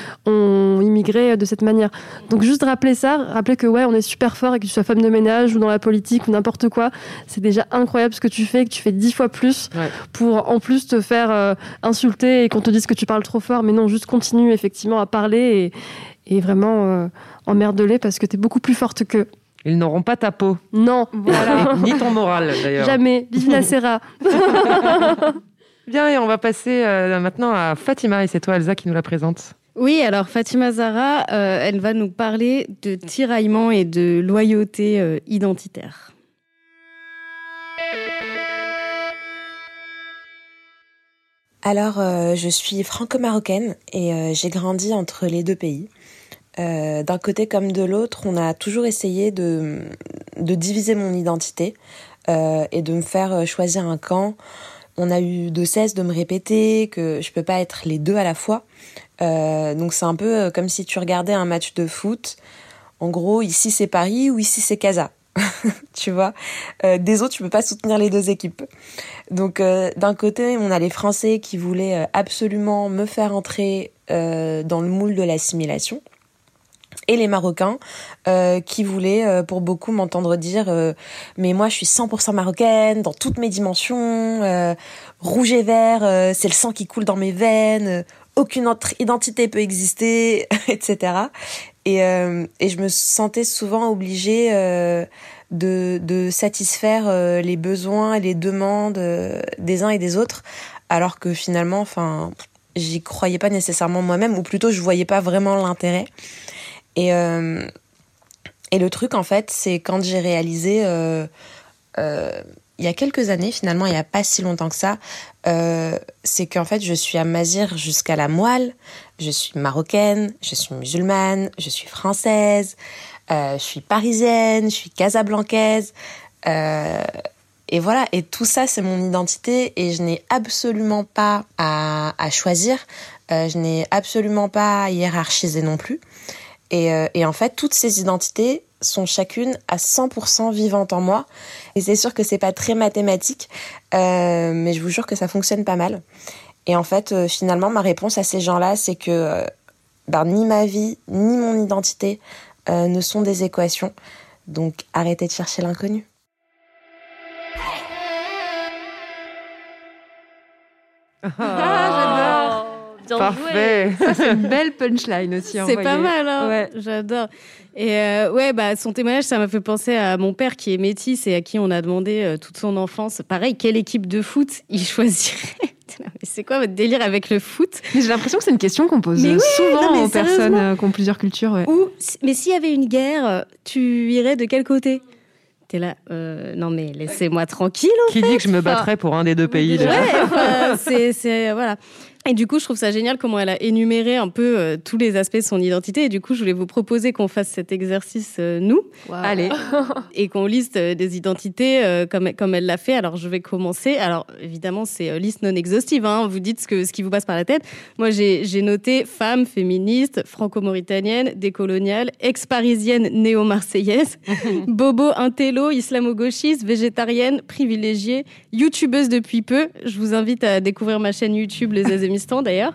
ont immigré de cette manière. Donc juste rappeler ça, rappeler que ouais, on est super fort et que tu sois femme de ménage ou dans la politique ou n'importe quoi, c'est déjà incroyable ce que tu fais 10 fois plus pour en plus te faire insulter et qu'on te dise que tu parles trop fort. Mais non, juste continue effectivement à parler et vraiment emmerde-les parce que t'es beaucoup plus forte qu'eux. Ils n'auront pas ta peau. Non, voilà. Ni ton moral d'ailleurs. Jamais. Vive Nacera. Bien, et on va passer maintenant à Fatima, et c'est toi Elsa qui nous la présente. Oui, alors Fatima Zahra, elle va nous parler de tiraillement et de loyauté identitaire. Alors, je suis franco-marocaine et j'ai grandi entre les deux pays. D'un côté comme de l'autre, on a toujours essayé de diviser mon identité et de me faire choisir un camp. On a eu de cesse de me répéter que je peux pas être les deux à la fois. Donc c'est un peu comme si tu regardais un match de foot. En gros, ici c'est Paris ou ici c'est Casa. Tu vois, des autres tu peux pas soutenir les deux équipes. Donc d'un côté on a les Français qui voulaient absolument me faire entrer dans le moule de l'assimilation, et les Marocains qui voulaient pour beaucoup m'entendre dire mais moi je suis 100% marocaine dans toutes mes dimensions, rouge et vert, c'est le sang qui coule dans mes veines, aucune autre identité peut exister, etc. Et je me sentais souvent obligée de satisfaire les besoins et les demandes des uns et des autres, alors que finalement, j'y croyais pas nécessairement moi-même, ou plutôt je voyais pas vraiment l'intérêt. Et le truc, en fait, c'est quand j'ai réalisé, il y a quelques années, finalement, il y a pas si longtemps que ça, c'est qu'en fait, je suis amazigh jusqu'à la moelle, je suis marocaine, je suis musulmane, je suis française, je suis parisienne, je suis casablancaise, et voilà, et tout ça, c'est mon identité, et je n'ai absolument pas à choisir, je n'ai absolument pas à hiérarchiser non plus. Et en fait, toutes ces identités sont chacune à 100% vivantes en moi. Et c'est sûr que c'est pas très mathématique, mais je vous jure que ça fonctionne pas mal. Et en fait, finalement, ma réponse à ces gens-là, c'est que ni ma vie, ni mon identité ne sont des équations. Donc, arrêtez de chercher l'inconnu. J'adore. Bien Parfait. Ça, c'est une belle punchline aussi. C'est pas mal, hein. Ouais. J'adore. Et son témoignage, ça m'a fait penser à mon père qui est métis et à qui on a demandé toute son enfance. Pareil, quelle équipe de foot il choisirait? C'est quoi votre délire avec le foot? Mais j'ai l'impression que c'est une question qu'on pose souvent aux personnes qui ont plusieurs cultures. Ouais. Mais s'il y avait une guerre, tu irais de quel côté? T'es là, non mais laissez-moi tranquille. Qui dit que je me battrais pour un des deux pays? C'est voilà. Et du coup, je trouve ça génial comment elle a énuméré un peu tous les aspects de son identité. Et du coup, je voulais vous proposer qu'on fasse cet exercice, nous. Wow. Allez. Et qu'on liste des identités comme elle l'a fait. Alors, je vais commencer. Alors, évidemment, c'est liste non exhaustive. Hein. Vous dites ce qui vous passe par la tête. Moi, j'ai noté femme, féministe, franco-mauritanienne, décoloniale, ex-parisienne, néo-marseillaise, bobo, intello, islamo-gauchiste, végétarienne, privilégiée, youtubeuse depuis peu. Je vous invite à découvrir ma chaîne YouTube, Les Azémistan d'ailleurs.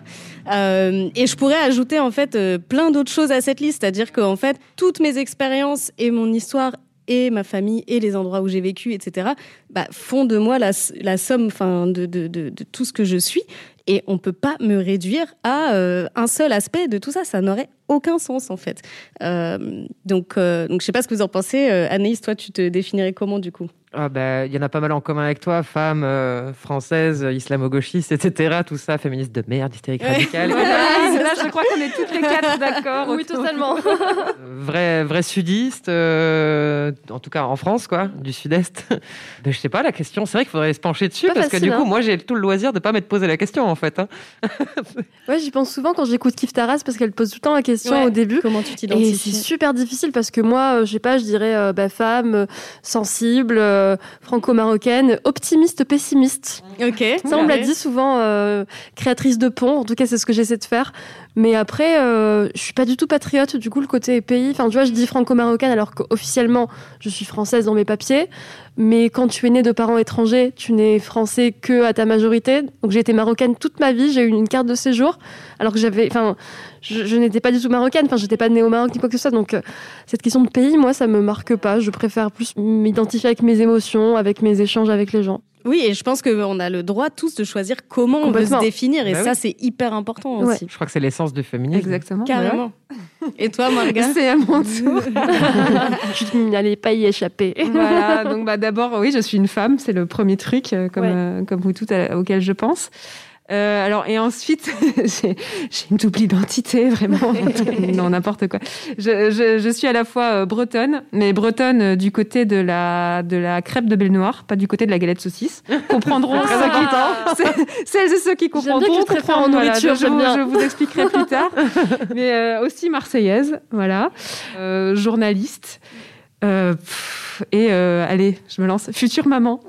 Et je pourrais ajouter en fait plein d'autres choses à cette liste, c'est-à-dire que en fait toutes mes expériences et mon histoire et ma famille et les endroits où j'ai vécu, etc. Font de moi la somme, de tout ce que je suis. Et on peut pas me réduire à un seul aspect de tout ça. Ça n'aurait aucun sens en fait. Donc je sais pas ce que vous en pensez. Anaïs, toi, tu te définirais comment du coup? Il y en a pas mal en commun avec toi, femme française, islamo-gauchiste, etc. Tout ça, féministe de merde, hystérique radicale. Là, je crois qu'on est toutes les quatre d'accord. Oui, totalement. Vrai sudiste, en tout cas en France, quoi, du sud-est. Je sais pas, la question, c'est vrai qu'il faudrait se pencher dessus, parce que du coup, moi, j'ai tout le loisir de pas m'être posé la question, en fait. Hein. Ouais, j'y pense souvent quand j'écoute Kif Taras, parce qu'elle pose tout le temps la question au début. Comment tu t'identifies? Et c'est super difficile, parce que moi, je sais pas, je dirais femme, sensible, franco-marocaine, optimiste, pessimiste. Ok. Ça, on me l'a dit souvent, créatrice de pont. En tout cas, c'est ce que j'essaie de faire. Mais après, je suis pas du tout patriote. Du coup, le côté pays. Enfin, tu vois, je dis franco-marocaine alors qu'officiellement, je suis française dans mes papiers. Mais quand tu es née de parents étrangers, tu n'es français que à ta majorité. Donc, j'ai été marocaine toute ma vie. J'ai eu une carte de séjour alors que je n'étais pas du tout marocaine. Enfin, j'étais pas née au Maroc ni quoi que ce soit. Donc, cette question de pays, moi, ça me marque pas. Je préfère plus m'identifier avec mes émotions, avec mes échanges avec les gens. Oui, et je pense qu'on a le droit tous de choisir comment on veut se définir. Et ça, c'est hyper important aussi. Je crois que c'est l'essence du féminisme. Exactement. Carrément. Ouais. Et toi, Marga? C'est à mon tour. Je n'allais pas y échapper. Voilà, donc d'abord, oui, je suis une femme. C'est le premier truc, comme vous toutes, auquel je pense. Et ensuite, j'ai une double identité, vraiment. Non, n'importe quoi. Je suis à la fois bretonne, mais bretonne du côté de la crêpe de Belle Noire, pas du côté de la galette saucisse. Comprendront celles et ceux qui comprendront. J'aime bien que tu préfères en nourriture, je vous expliquerai plus tard. Mais aussi marseillaise, voilà. Journaliste. Allez, je me lance. Future maman.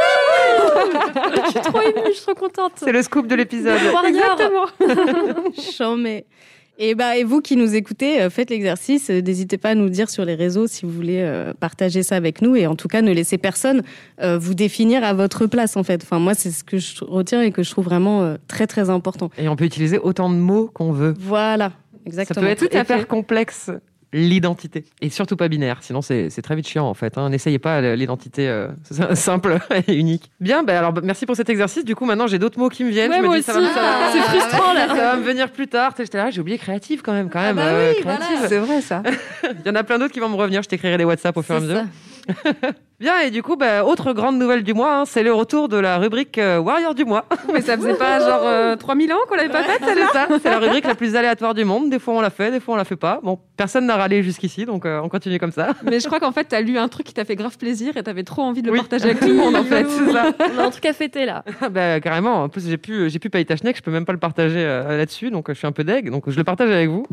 Je suis trop émue, je suis trop contente. C'est le scoop de l'épisode. Exactement. Chant, mais... Et vous qui nous écoutez, faites l'exercice. N'hésitez pas à nous dire sur les réseaux si vous voulez partager ça avec nous. Et en tout cas, ne laissez personne vous définir à votre place, en fait. Enfin, moi, c'est ce que je retiens et que je trouve vraiment très, très important. Et on peut utiliser autant de mots qu'on veut. Voilà, exactement. Ça peut être hyper complexe l'identité. Et surtout pas binaire, sinon c'est très vite chiant en fait. N'essayez pas l'identité simple et unique. Bien, alors merci pour cet exercice. Du coup, maintenant j'ai d'autres mots qui me viennent. Ouais, je me moi dis, aussi. ça va, C'est frustrant là. ça va me venir plus tard. J'étais là, j'ai oublié créative quand même. Oui, créative. voilà. C'est vrai, ça. Il y en a plein d'autres qui vont me revenir. Je t'écrirai des WhatsApp au fur et à mesure. Bien, et du coup, autre grande nouvelle du mois, c'est le retour de la rubrique Warrior du mois. Mais ça faisait pas genre 3000 ans qu'on l'avait pas faite, celle-là. C'est ça, c'est la rubrique la plus aléatoire du monde. Des fois on l'a fait, des fois on la fait pas. Bon, personne n'a râlé jusqu'ici, donc on continue comme ça. Mais je crois qu'en fait, t'as lu un truc qui t'a fait grave plaisir et t'avais trop envie de le partager avec tout le monde, en fait. C'est ça. On a un truc à fêter là. Carrément. En plus, j'ai plus Paytachnek, je peux même pas le partager là-dessus, donc je suis un peu deg. Donc je le partage avec vous.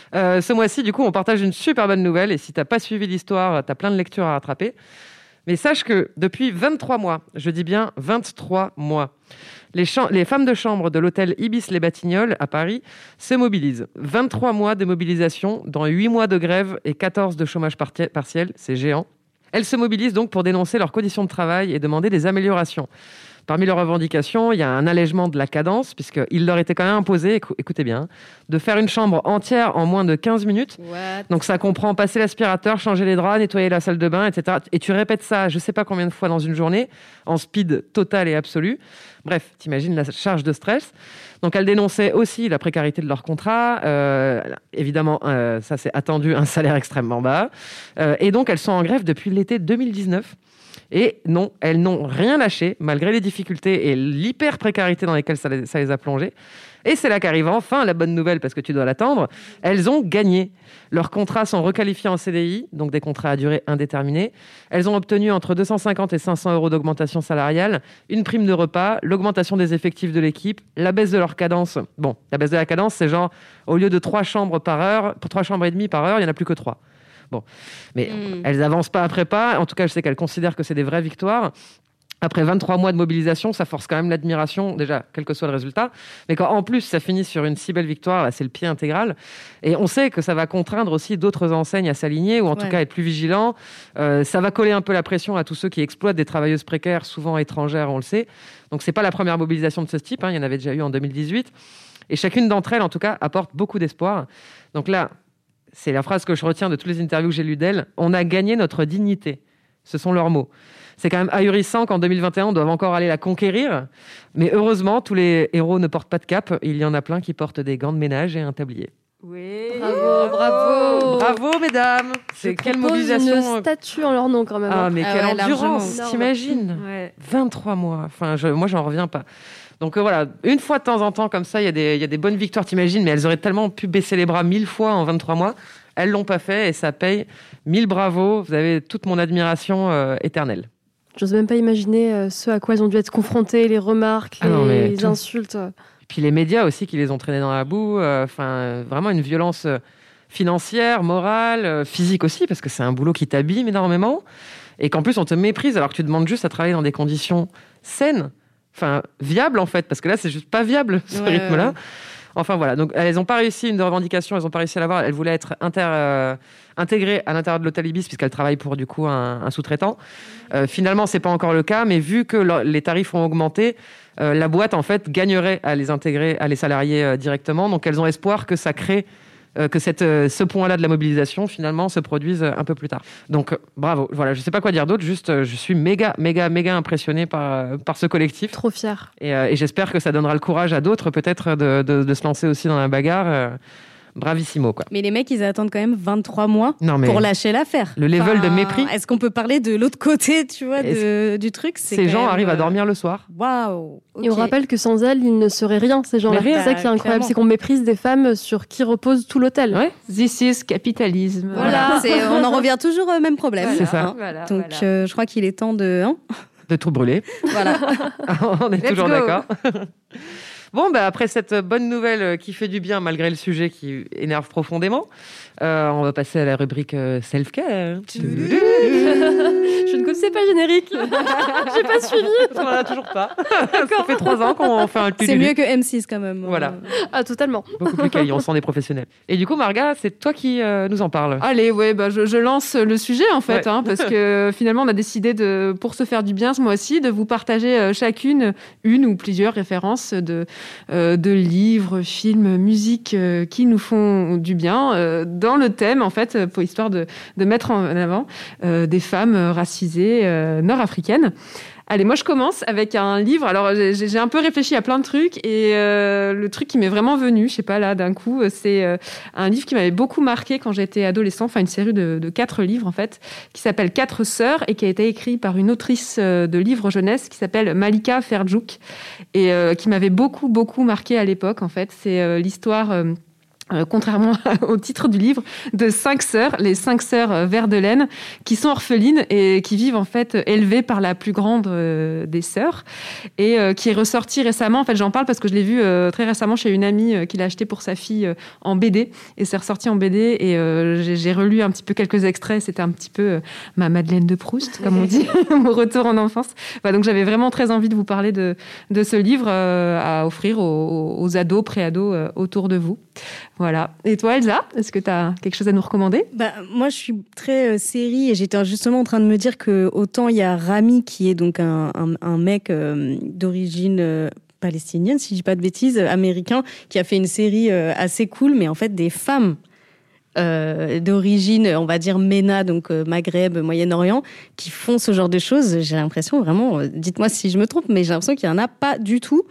Ce mois-ci, du coup, on partage une super bonne nouvelle. Et si t'as pas suivi l'histoire, t'as plein de lectures à rattraper. Mais sache que depuis 23 mois, je dis bien 23 mois, les femmes de chambre de l'hôtel Ibis-les-Batignolles à Paris se mobilisent. 23 mois de mobilisation, dans 8 mois de grève et 14 de chômage partiel, c'est géant. Elles se mobilisent donc pour dénoncer leurs conditions de travail et demander des améliorations. Parmi leurs revendications, il y a un allègement de la cadence, puisqu'il leur était quand même imposé, écoutez bien, de faire une chambre entière en moins de 15 minutes. What? Donc ça comprend passer l'aspirateur, changer les draps, nettoyer la salle de bain, etc. Et tu répètes ça je ne sais pas combien de fois dans une journée, en speed total et absolu. Bref, t'imagines la charge de stress. Donc elles dénonçaient aussi la précarité de leur contrat. Évidemment, ça c'est attendu, un salaire extrêmement bas. Et donc elles sont en grève depuis l'été 2019. Et non, elles n'ont rien lâché, malgré les difficultés et l'hyper-précarité dans lesquelles ça les a plongées. Et c'est là qu'arrive enfin la bonne nouvelle, parce que tu dois l'attendre. Elles ont gagné. Leurs contrats sont requalifiés en CDI, donc des contrats à durée indéterminée. Elles ont obtenu entre 250 et 500 euros d'augmentation salariale, une prime de repas, l'augmentation des effectifs de l'équipe, la baisse de leur cadence. Bon, la baisse de la cadence, c'est genre, au lieu de 3 chambres par heure, pour 3 chambres et demie par heure, il n'y en a plus que 3. Bon, mais elles n'avancent pas après pas. En tout cas, je sais qu'elles considèrent que c'est des vraies victoires. Après 23 mois de mobilisation, ça force quand même l'admiration, déjà, quel que soit le résultat. Mais quand en plus, ça finit sur une si belle victoire, là, c'est le pied intégral. Et on sait que ça va contraindre aussi d'autres enseignes à s'aligner, ou en tout cas être plus vigilants. Ça va coller un peu la pression à tous ceux qui exploitent des travailleuses précaires, souvent étrangères, on le sait. Donc, c'est pas la première mobilisation de ce type. Il y en avait déjà eu en 2018. Et chacune d'entre elles, en tout cas, apporte beaucoup d'espoir. Donc là, c'est la phrase que je retiens de toutes les interviews que j'ai lues d'elles. On a gagné notre dignité. Ce sont leurs mots. C'est quand même ahurissant qu'en 2021, on doive encore aller la conquérir. Mais heureusement, tous les héros ne portent pas de cape. Il y en a plein qui portent des gants de ménage et un tablier. Oui. Bravo. Bravo, mesdames. C'est quelle mobilisation. Une statue en leur nom, quand même. Ah, mais quelle endurance, largement. t'imagines. 23 mois. Enfin, moi, j'en reviens pas. Donc voilà, une fois de temps en temps, comme ça, il y a des bonnes victoires, t'imagines, mais elles auraient tellement pu baisser les bras 1000 fois en 23 mois. Elles l'ont pas fait et ça paye. 1000 bravos. Vous avez toute mon admiration éternelle. J'ose même pas imaginer ce à quoi elles ont dû être confrontées, les remarques, les insultes. Et puis les médias aussi qui les ont traînées dans la boue. Vraiment une violence financière, morale, physique aussi, parce que c'est un boulot qui t'abîme énormément. Et qu'en plus, on te méprise alors que tu demandes juste à travailler dans des conditions saines. Enfin, viable en fait, parce que là, c'est juste pas viable, ce rythme-là. Ouais. Enfin, voilà. Donc, elles n'ont pas réussi une revendication, elles n'ont pas réussi à l'avoir. Elles voulaient être intégrées à l'intérieur de l'hôtel Ibis, puisqu'elles travaillent pour, du coup, un sous-traitant. Finalement, c'est pas encore le cas, mais vu que les tarifs ont augmenté, la boîte, en fait, gagnerait à les intégrer, à les salarier directement. Donc, elles ont espoir que ça crée que ce point-là de la mobilisation, finalement, se produise un peu plus tard. Donc, bravo. Voilà, je ne sais pas quoi dire d'autre, juste, je suis méga impressionné par ce collectif. Trop fier. Et j'espère que ça donnera le courage à d'autres, peut-être, de se lancer aussi dans la bagarre. Bravissimo, quoi. Mais les mecs, ils attendent quand même 23 mois pour lâcher l'affaire. Le level de mépris. Est-ce qu'on peut parler de l'autre côté, tu vois, du truc? Ces gens arrivent à dormir le soir. Waouh. Okay. Et on rappelle que sans elles, ils ne seraient rien, ces gens-là. C'est ça qui est incroyable, clairement. C'est qu'on méprise des femmes sur qui repose tout l'hôtel. Ouais. This is capitalisme. Voilà. On en revient toujours au même problème. Voilà. C'est ça. Hein. Voilà, donc, je crois qu'il est temps de tout brûler. Voilà. On est toujours d'accord. Bon, après cette bonne nouvelle qui fait du bien malgré le sujet qui énerve profondément, on va passer à la rubrique self-care. Je ne connaissais pas le générique. J'ai pas suivi. On n'en a toujours pas. Ça fait 3 ans qu'on fait un C'est mieux que M6 quand même. Voilà. Ah, totalement. Beaucoup plus quali, on sent des professionnels. Et du coup, Marga, c'est toi qui nous en parle. Allez, je lance le sujet en fait, parce que finalement, on a décidé pour se faire du bien ce mois-ci, de vous partager chacune une ou plusieurs références de livres, films, musique qui nous font du bien dans le thème, en fait, pour histoire de mettre en avant des femmes racisées nord-africaines. Allez, moi je commence avec un livre. Alors j'ai un peu réfléchi à plein de trucs et le truc qui m'est vraiment venu, je sais pas là d'un coup, c'est un livre qui m'avait beaucoup marqué quand j'étais adolescent, enfin une série de 4 livres en fait, qui s'appelle 4 sœurs et qui a été écrit par une autrice de livres jeunesse qui s'appelle Malika Ferjouk et qui m'avait beaucoup marqué à l'époque en fait. C'est l'histoire... contrairement au titre du livre, de 5 sœurs, les 5 sœurs Verdelaine, qui sont orphelines et qui vivent en fait élevées par la plus grande des sœurs et qui est ressortie récemment. En fait, j'en parle parce que je l'ai vu très récemment chez une amie qui l'a acheté pour sa fille en BD et c'est ressorti en BD et j'ai relu un petit peu quelques extraits. C'était un petit peu ma Madeleine de Proust, comme on dit, mon retour en enfance. Voilà, donc j'avais vraiment très envie de vous parler de ce livre à offrir aux ados, pré-ados autour de vous. Voilà. Et toi, Elsa, est-ce que tu as quelque chose à nous recommander ? Moi, je suis très série et j'étais justement en train de me dire que autant il y a Rami qui est donc un mec d'origine palestinienne, si je dis pas de bêtises, américain, qui a fait une série assez cool, mais en fait des femmes d'origine, on va dire MENA, donc Maghreb, Moyen-Orient, qui font ce genre de choses. J'ai l'impression vraiment, dites-moi si je me trompe, mais j'ai l'impression qu'il y en a pas du tout.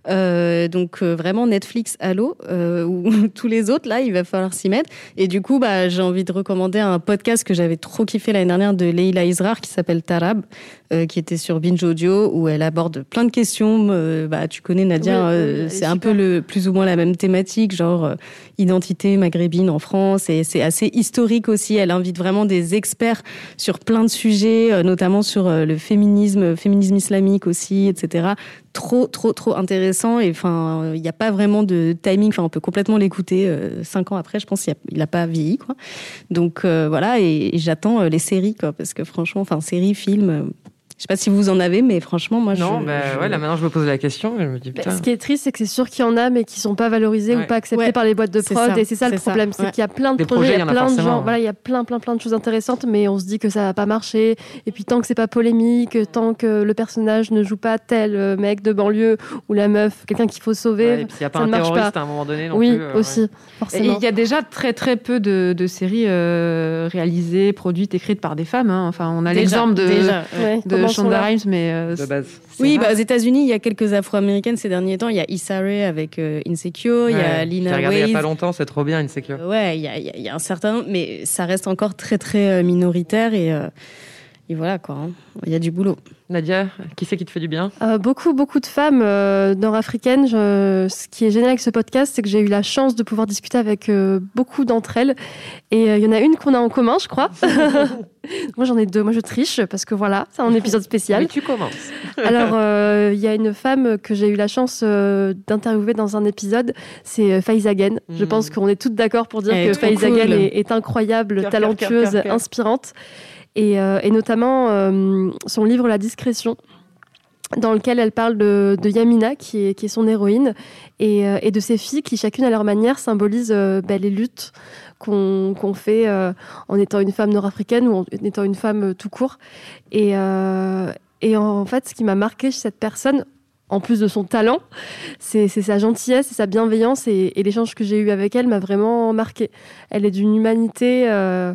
Donc vraiment Netflix, Allo, ou tous les autres là, il va falloir s'y mettre. Et du coup, j'ai envie de recommander un podcast que j'avais trop kiffé l'année dernière de Leila Israr qui s'appelle Tarab, qui était sur Binge Audio, où elle aborde plein de questions. Tu connais Nadia, oui, c'est un peu plus ou moins la même thématique, genre identité maghrébine en France, et c'est assez historique aussi. Elle invite vraiment des experts sur plein de sujets, notamment sur le féminisme islamique aussi, etc. Trop intéressant, et enfin il n'y a pas vraiment de timing, enfin on peut complètement l'écouter 5 ans après, je pense il a pas vieilli quoi. Donc voilà, et j'attends les séries quoi, parce que franchement, enfin séries, films, je sais pas si vous en avez, mais franchement moi là maintenant je me pose la question et je me dis putain. Ce qui est triste, c'est que c'est sûr qu'il y en a, mais qui sont pas valorisés ou pas acceptés par les boîtes de prod, et c'est ça le problème, c'est qu'il y a plein de projets, il y a plein de gens, voilà, il y a plein de choses intéressantes, mais on se dit que ça va pas marcher, et puis tant que c'est pas polémique, tant que le personnage ne joue pas tel mec de banlieue ou la meuf, quelqu'un qu'il faut sauver, et puis il y a pas ça un ne marche terroriste pas. à un moment donné non oui, plus. aussi, forcément. Il y a déjà très peu de séries réalisées, produites, écrites par des femmes. Hein. Enfin, on a l'exemple de Shonda Rhimes, mais de base. Oui, aux États-Unis, il y a quelques Afro-américaines ces derniers temps. Il y a Issa Rae avec Insecure, il y a Lina Waithe. J'ai regardé il y a pas longtemps, c'est trop bien Insecure. Ouais, il y a un certain nombre, mais ça reste encore très minoritaire, et voilà quoi. Hein. Il y a du boulot. Nadia, qui c'est qui te fait du bien ? Beaucoup de femmes nord-africaines. Ce qui est génial avec ce podcast, c'est que j'ai eu la chance de pouvoir discuter avec beaucoup d'entre elles. Et il y en a une qu'on a en commun, je crois. Moi, j'en ai 2. Moi, je triche parce que voilà, c'est un épisode spécial. Mais tu commences. Alors, il y a une femme que j'ai eu la chance d'interviewer dans un épisode. C'est Faiza Ghen. Je pense qu'on est toutes d'accord pour dire que Faiza Ghen est incroyable, talentueuse, inspirante. Et notamment son livre La discrétion, dans lequel elle parle de Yamina, qui est son héroïne, et de ses filles qui, chacune à leur manière, symbolisent les luttes qu'on fait en étant une femme nord-africaine ou en étant une femme tout court. Et en fait, ce qui m'a marqué chez cette personne, en plus de son talent, c'est sa gentillesse, c'est sa bienveillance, et l'échange que j'ai eu avec elle m'a vraiment marqué. Elle est d'une humanité...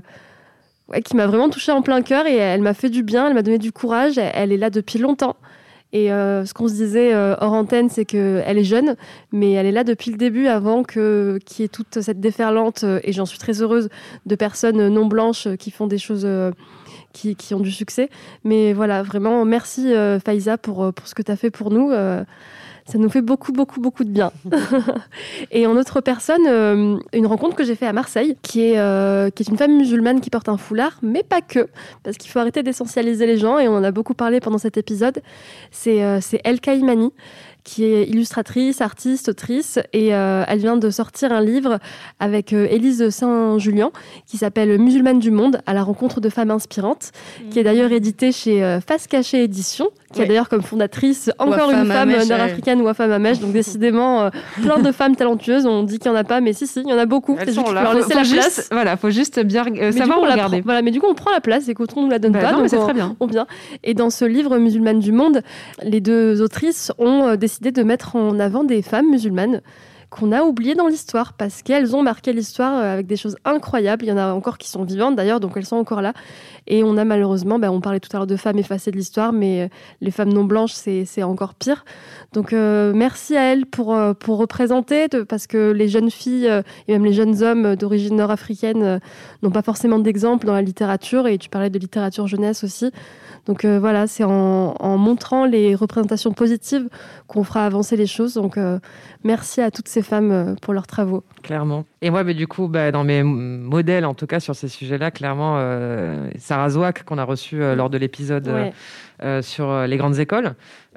qui m'a vraiment touchée en plein cœur, et elle m'a fait du bien, elle m'a donné du courage. Elle est là depuis longtemps, et ce qu'on se disait hors antenne, c'est qu'elle est jeune, mais elle est là depuis le début, avant qu'il y ait toute cette déferlante, et j'en suis très heureuse, de personnes non blanches qui font des choses qui ont du succès. Mais voilà, vraiment merci Faiza pour ce que tu as fait pour nous. Ça nous fait beaucoup de bien. Et en autre personne, une rencontre que j'ai faite à Marseille, qui est une femme musulmane qui porte un foulard, mais pas que, parce qu'il faut arrêter d'essentialiser les gens, et on en a beaucoup parlé pendant cet épisode. C'est El Kaïmani, qui est illustratrice, artiste, autrice, et elle vient de sortir un livre avec Élise Saint-Julien, qui s'appelle Musulmane du monde, à la rencontre de femmes inspirantes, qui est d'ailleurs édité chez Face Cachée Édition, qui a d'ailleurs comme fondatrice encore une femme nord-africaine, Wafa Mamesh. Donc décidément, plein de femmes talentueuses. On dit qu'il n'y en a pas, mais si, il y en a beaucoup. Elles sont là. Faut laisser la place. Voilà, faut juste bien savoir regarder. Voilà, mais du coup, on prend la place et qu'on ne la donne pas. Non, mais c'est très bien. On vient. Et dans ce livre Musulmanes du monde, les deux autrices ont décidé de mettre en avant des femmes musulmanes qu'on a oubliées dans l'histoire parce qu'elles ont marqué l'histoire avec des choses incroyables. Il y en a encore qui sont vivantes d'ailleurs, donc elles sont encore là. Et on a malheureusement, on parlait tout à l'heure de femmes effacées de l'histoire, mais les femmes non blanches, c'est encore pire. Donc merci à elles pour représenter, parce que les jeunes filles et même les jeunes hommes d'origine nord-africaine n'ont pas forcément d'exemple dans la littérature, et tu parlais de littérature jeunesse aussi. Donc voilà, c'est en montrant les représentations positives qu'on fera avancer les choses. Donc merci à toutes ces femmes pour leurs travaux. Clairement. Et moi, mais du coup, dans mes modèles, en tout cas sur ces sujets-là, clairement, Sarah Zouak, qu'on a reçue lors de l'épisode sur les grandes écoles,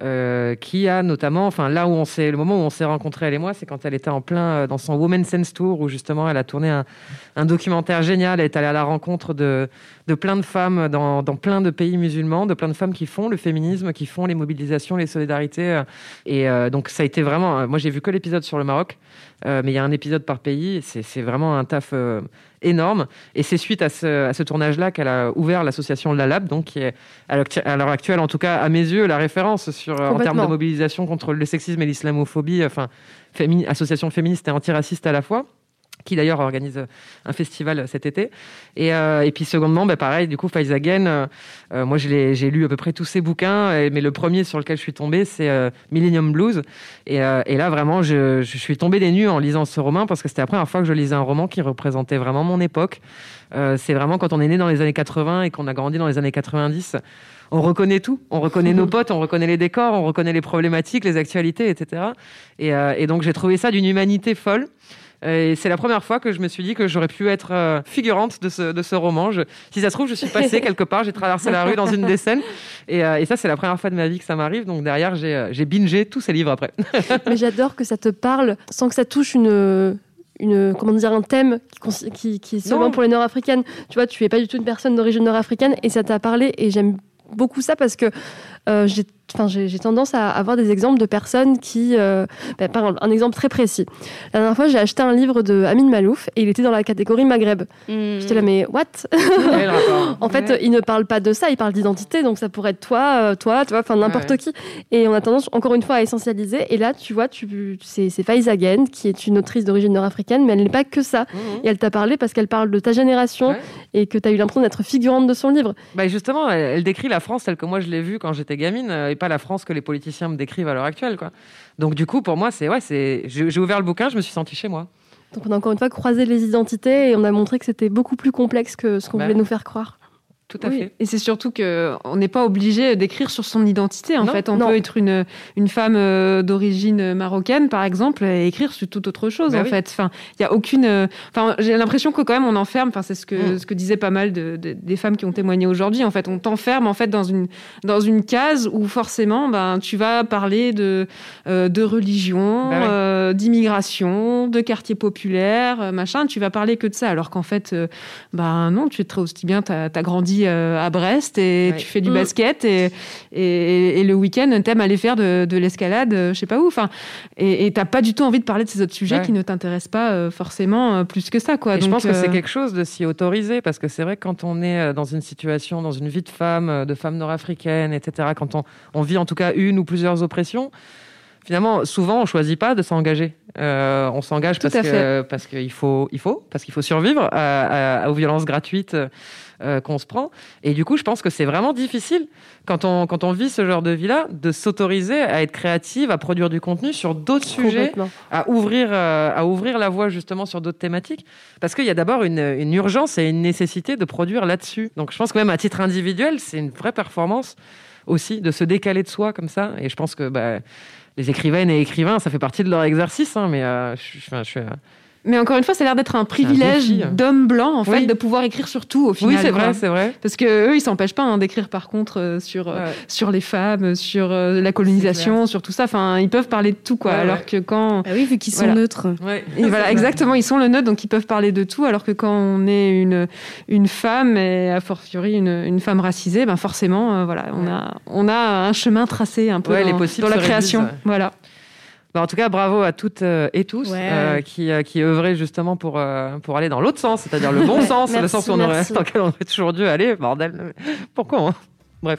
qui a notamment, là où le moment où on s'est rencontrés, elle et moi, c'est quand elle était en plein dans son Women's Sense Tour, où justement elle a tourné un documentaire génial. Elle est allée à la rencontre de plein de femmes dans plein de pays musulmans, de plein de femmes qui font le féminisme, qui font les mobilisations, les solidarités. Et donc ça a été vraiment... Moi, j'ai vu que l'épisode sur le Maroc, mais il y a un épisode par pays. C'est vraiment un taf énorme. Et c'est suite à ce tournage-là qu'elle a ouvert l'association LALAB, donc qui est à l'heure actuelle, en tout cas à mes yeux, la référence en termes de mobilisation contre le sexisme et l'islamophobie, association féministe et antiraciste à la fois, qui d'ailleurs organise un festival cet été. Et puis secondement, pareil, du coup, Faiza Guène, moi j'ai lu à peu près tous ses bouquins, mais le premier sur lequel je suis tombée, c'est Millennium Blues. Et là, vraiment, je suis tombée des nues en lisant ce roman, parce que c'était la première fois que je lisais un roman qui représentait vraiment mon époque. C'est vraiment quand on est né dans les années 80 et qu'on a grandi dans les années 90, on reconnaît tout. On reconnaît nos potes, on reconnaît les décors, on reconnaît les problématiques, les actualités, etc. Et donc, j'ai trouvé ça d'une humanité folle. Et c'est la première fois que je me suis dit que j'aurais pu être figurante de ce roman. Si ça se trouve, je suis passée quelque part, j'ai traversé la rue dans une des scènes. Et ça, c'est la première fois de ma vie que ça m'arrive. Donc derrière, j'ai bingé tous ces livres après. Mais j'adore que ça te parle sans que ça touche un thème qui est seulement pour les Nord-Africaines. Tu vois, tu es pas du tout une personne d'origine nord-africaine et ça t'a parlé, et j'aime beaucoup ça parce que j'ai tendance à avoir des exemples de personnes qui... par exemple, un exemple très précis. La dernière fois, j'ai acheté un livre de Amin Malouf et il était dans la catégorie Maghreb. J'étais là, mais what? En fait, il ne parle pas de ça, il parle d'identité, donc ça pourrait être toi, tu vois, n'importe qui. Et on a tendance, encore une fois, à essentialiser. Et là, tu vois, c'est Faiza Guène, qui est une autrice d'origine nord-africaine, mais elle n'est pas que ça. Et elle t'a parlé parce qu'elle parle de ta génération et que tu as eu l'impression d'être figurante de son livre. Justement, elle décrit la France telle que moi je l'ai vue quand j'étais gamine, et pas la France que les politiciens me décrivent à l'heure actuelle, quoi. Donc du coup, pour moi, j'ai ouvert le bouquin, je me suis sentie chez moi. Donc on a encore une fois croisé les identités et on a montré que c'était beaucoup plus complexe que ce qu'on voulait nous faire croire. Tout à fait. Et c'est surtout qu'on n'est pas obligé d'écrire sur son identité. En fait, on peut être une femme d'origine marocaine, par exemple, et écrire sur toute autre chose. Fait, il y a aucune. J'ai l'impression que quand même on enferme. C'est ce que disaient pas mal des femmes qui ont témoigné aujourd'hui. En fait, on t'enferme dans une case où forcément, tu vas parler de religion, d'immigration, de quartier populaire, machin. Tu vas parler que de ça, alors qu'en fait, non, tu es très aussi bien. T'as grandi à Brest et tu fais du basket et le week-end t'aimes aller faire de l'escalade je sais pas où, et t'as pas du tout envie de parler de ces autres sujets qui ne t'intéressent pas forcément plus que ça, quoi. Et donc, je pense que c'est quelque chose de s'y autoriser, parce que c'est vrai que quand on est dans une situation, dans une vie de femme nord-africaine, etc., quand on vit en tout cas une ou plusieurs oppressions, finalement, souvent, on choisit pas de s'engager. On s'engage parce qu'il faut survivre aux violences gratuites qu'on se prend. Et du coup, je pense que c'est vraiment difficile, quand on vit ce genre de vie-là, de s'autoriser à être créative, à produire du contenu sur d'autres sujets, à ouvrir la voie justement sur d'autres thématiques. Parce qu'il y a d'abord une urgence et une nécessité de produire là-dessus. Donc, je pense que même à titre individuel, c'est une vraie performance aussi de se décaler de soi comme ça. Et je pense que les écrivaines et écrivains, ça fait partie de leur exercice, mais je Mais encore une fois, ça a l'air d'être un privilège d'homme blanc, en fait, de pouvoir écrire sur tout, au final. Oui, c'est vrai. Parce qu'eux, ils s'empêchent pas d'écrire, par contre, sur les femmes, sur la colonisation, sur tout ça. Enfin, ils peuvent parler de tout, quoi. Alors que quand... Ah oui, vu qu'ils sont neutres. Ouais. Et voilà, exactement, ils sont le neutre, donc ils peuvent parler de tout, alors que quand on est une femme, et a fortiori une femme racisée, ben forcément, on a un chemin tracé un peu dans la création. Voilà. En tout cas, bravo à toutes et tous qui œuvraient justement pour aller dans l'autre sens, c'est-à-dire le bon sens, le sens dans lequel on aurait toujours dû aller. Bordel, pourquoi Bref.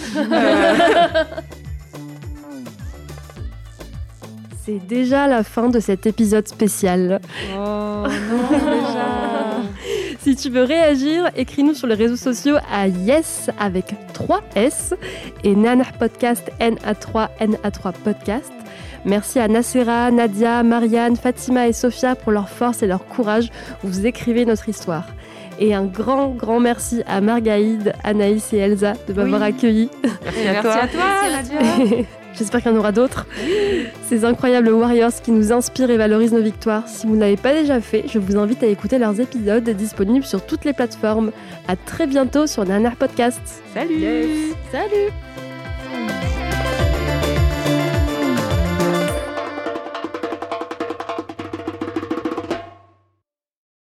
C'est déjà la fin de cet épisode spécial. Oh non, déjà. Si tu veux réagir, écris-nous sur les réseaux sociaux à Yes avec 3 S et Nanah Podcast NA3 Podcast. Merci à Nacera, Nadia, Marianne, Fatima et Sophia pour leur force et leur courage où vous écrivez notre histoire. Et un grand merci à Margaïde, Anaïs et Elsa de m'avoir accueilli. Merci à toi, Nadia. J'espère qu'il y en aura d'autres. Ces incroyables warriors qui nous inspirent et valorisent nos victoires. Si vous ne l'avez pas déjà fait, je vous invite à écouter leurs épisodes disponibles sur toutes les plateformes. À très bientôt sur Nanah Podcast. Salut. Salut.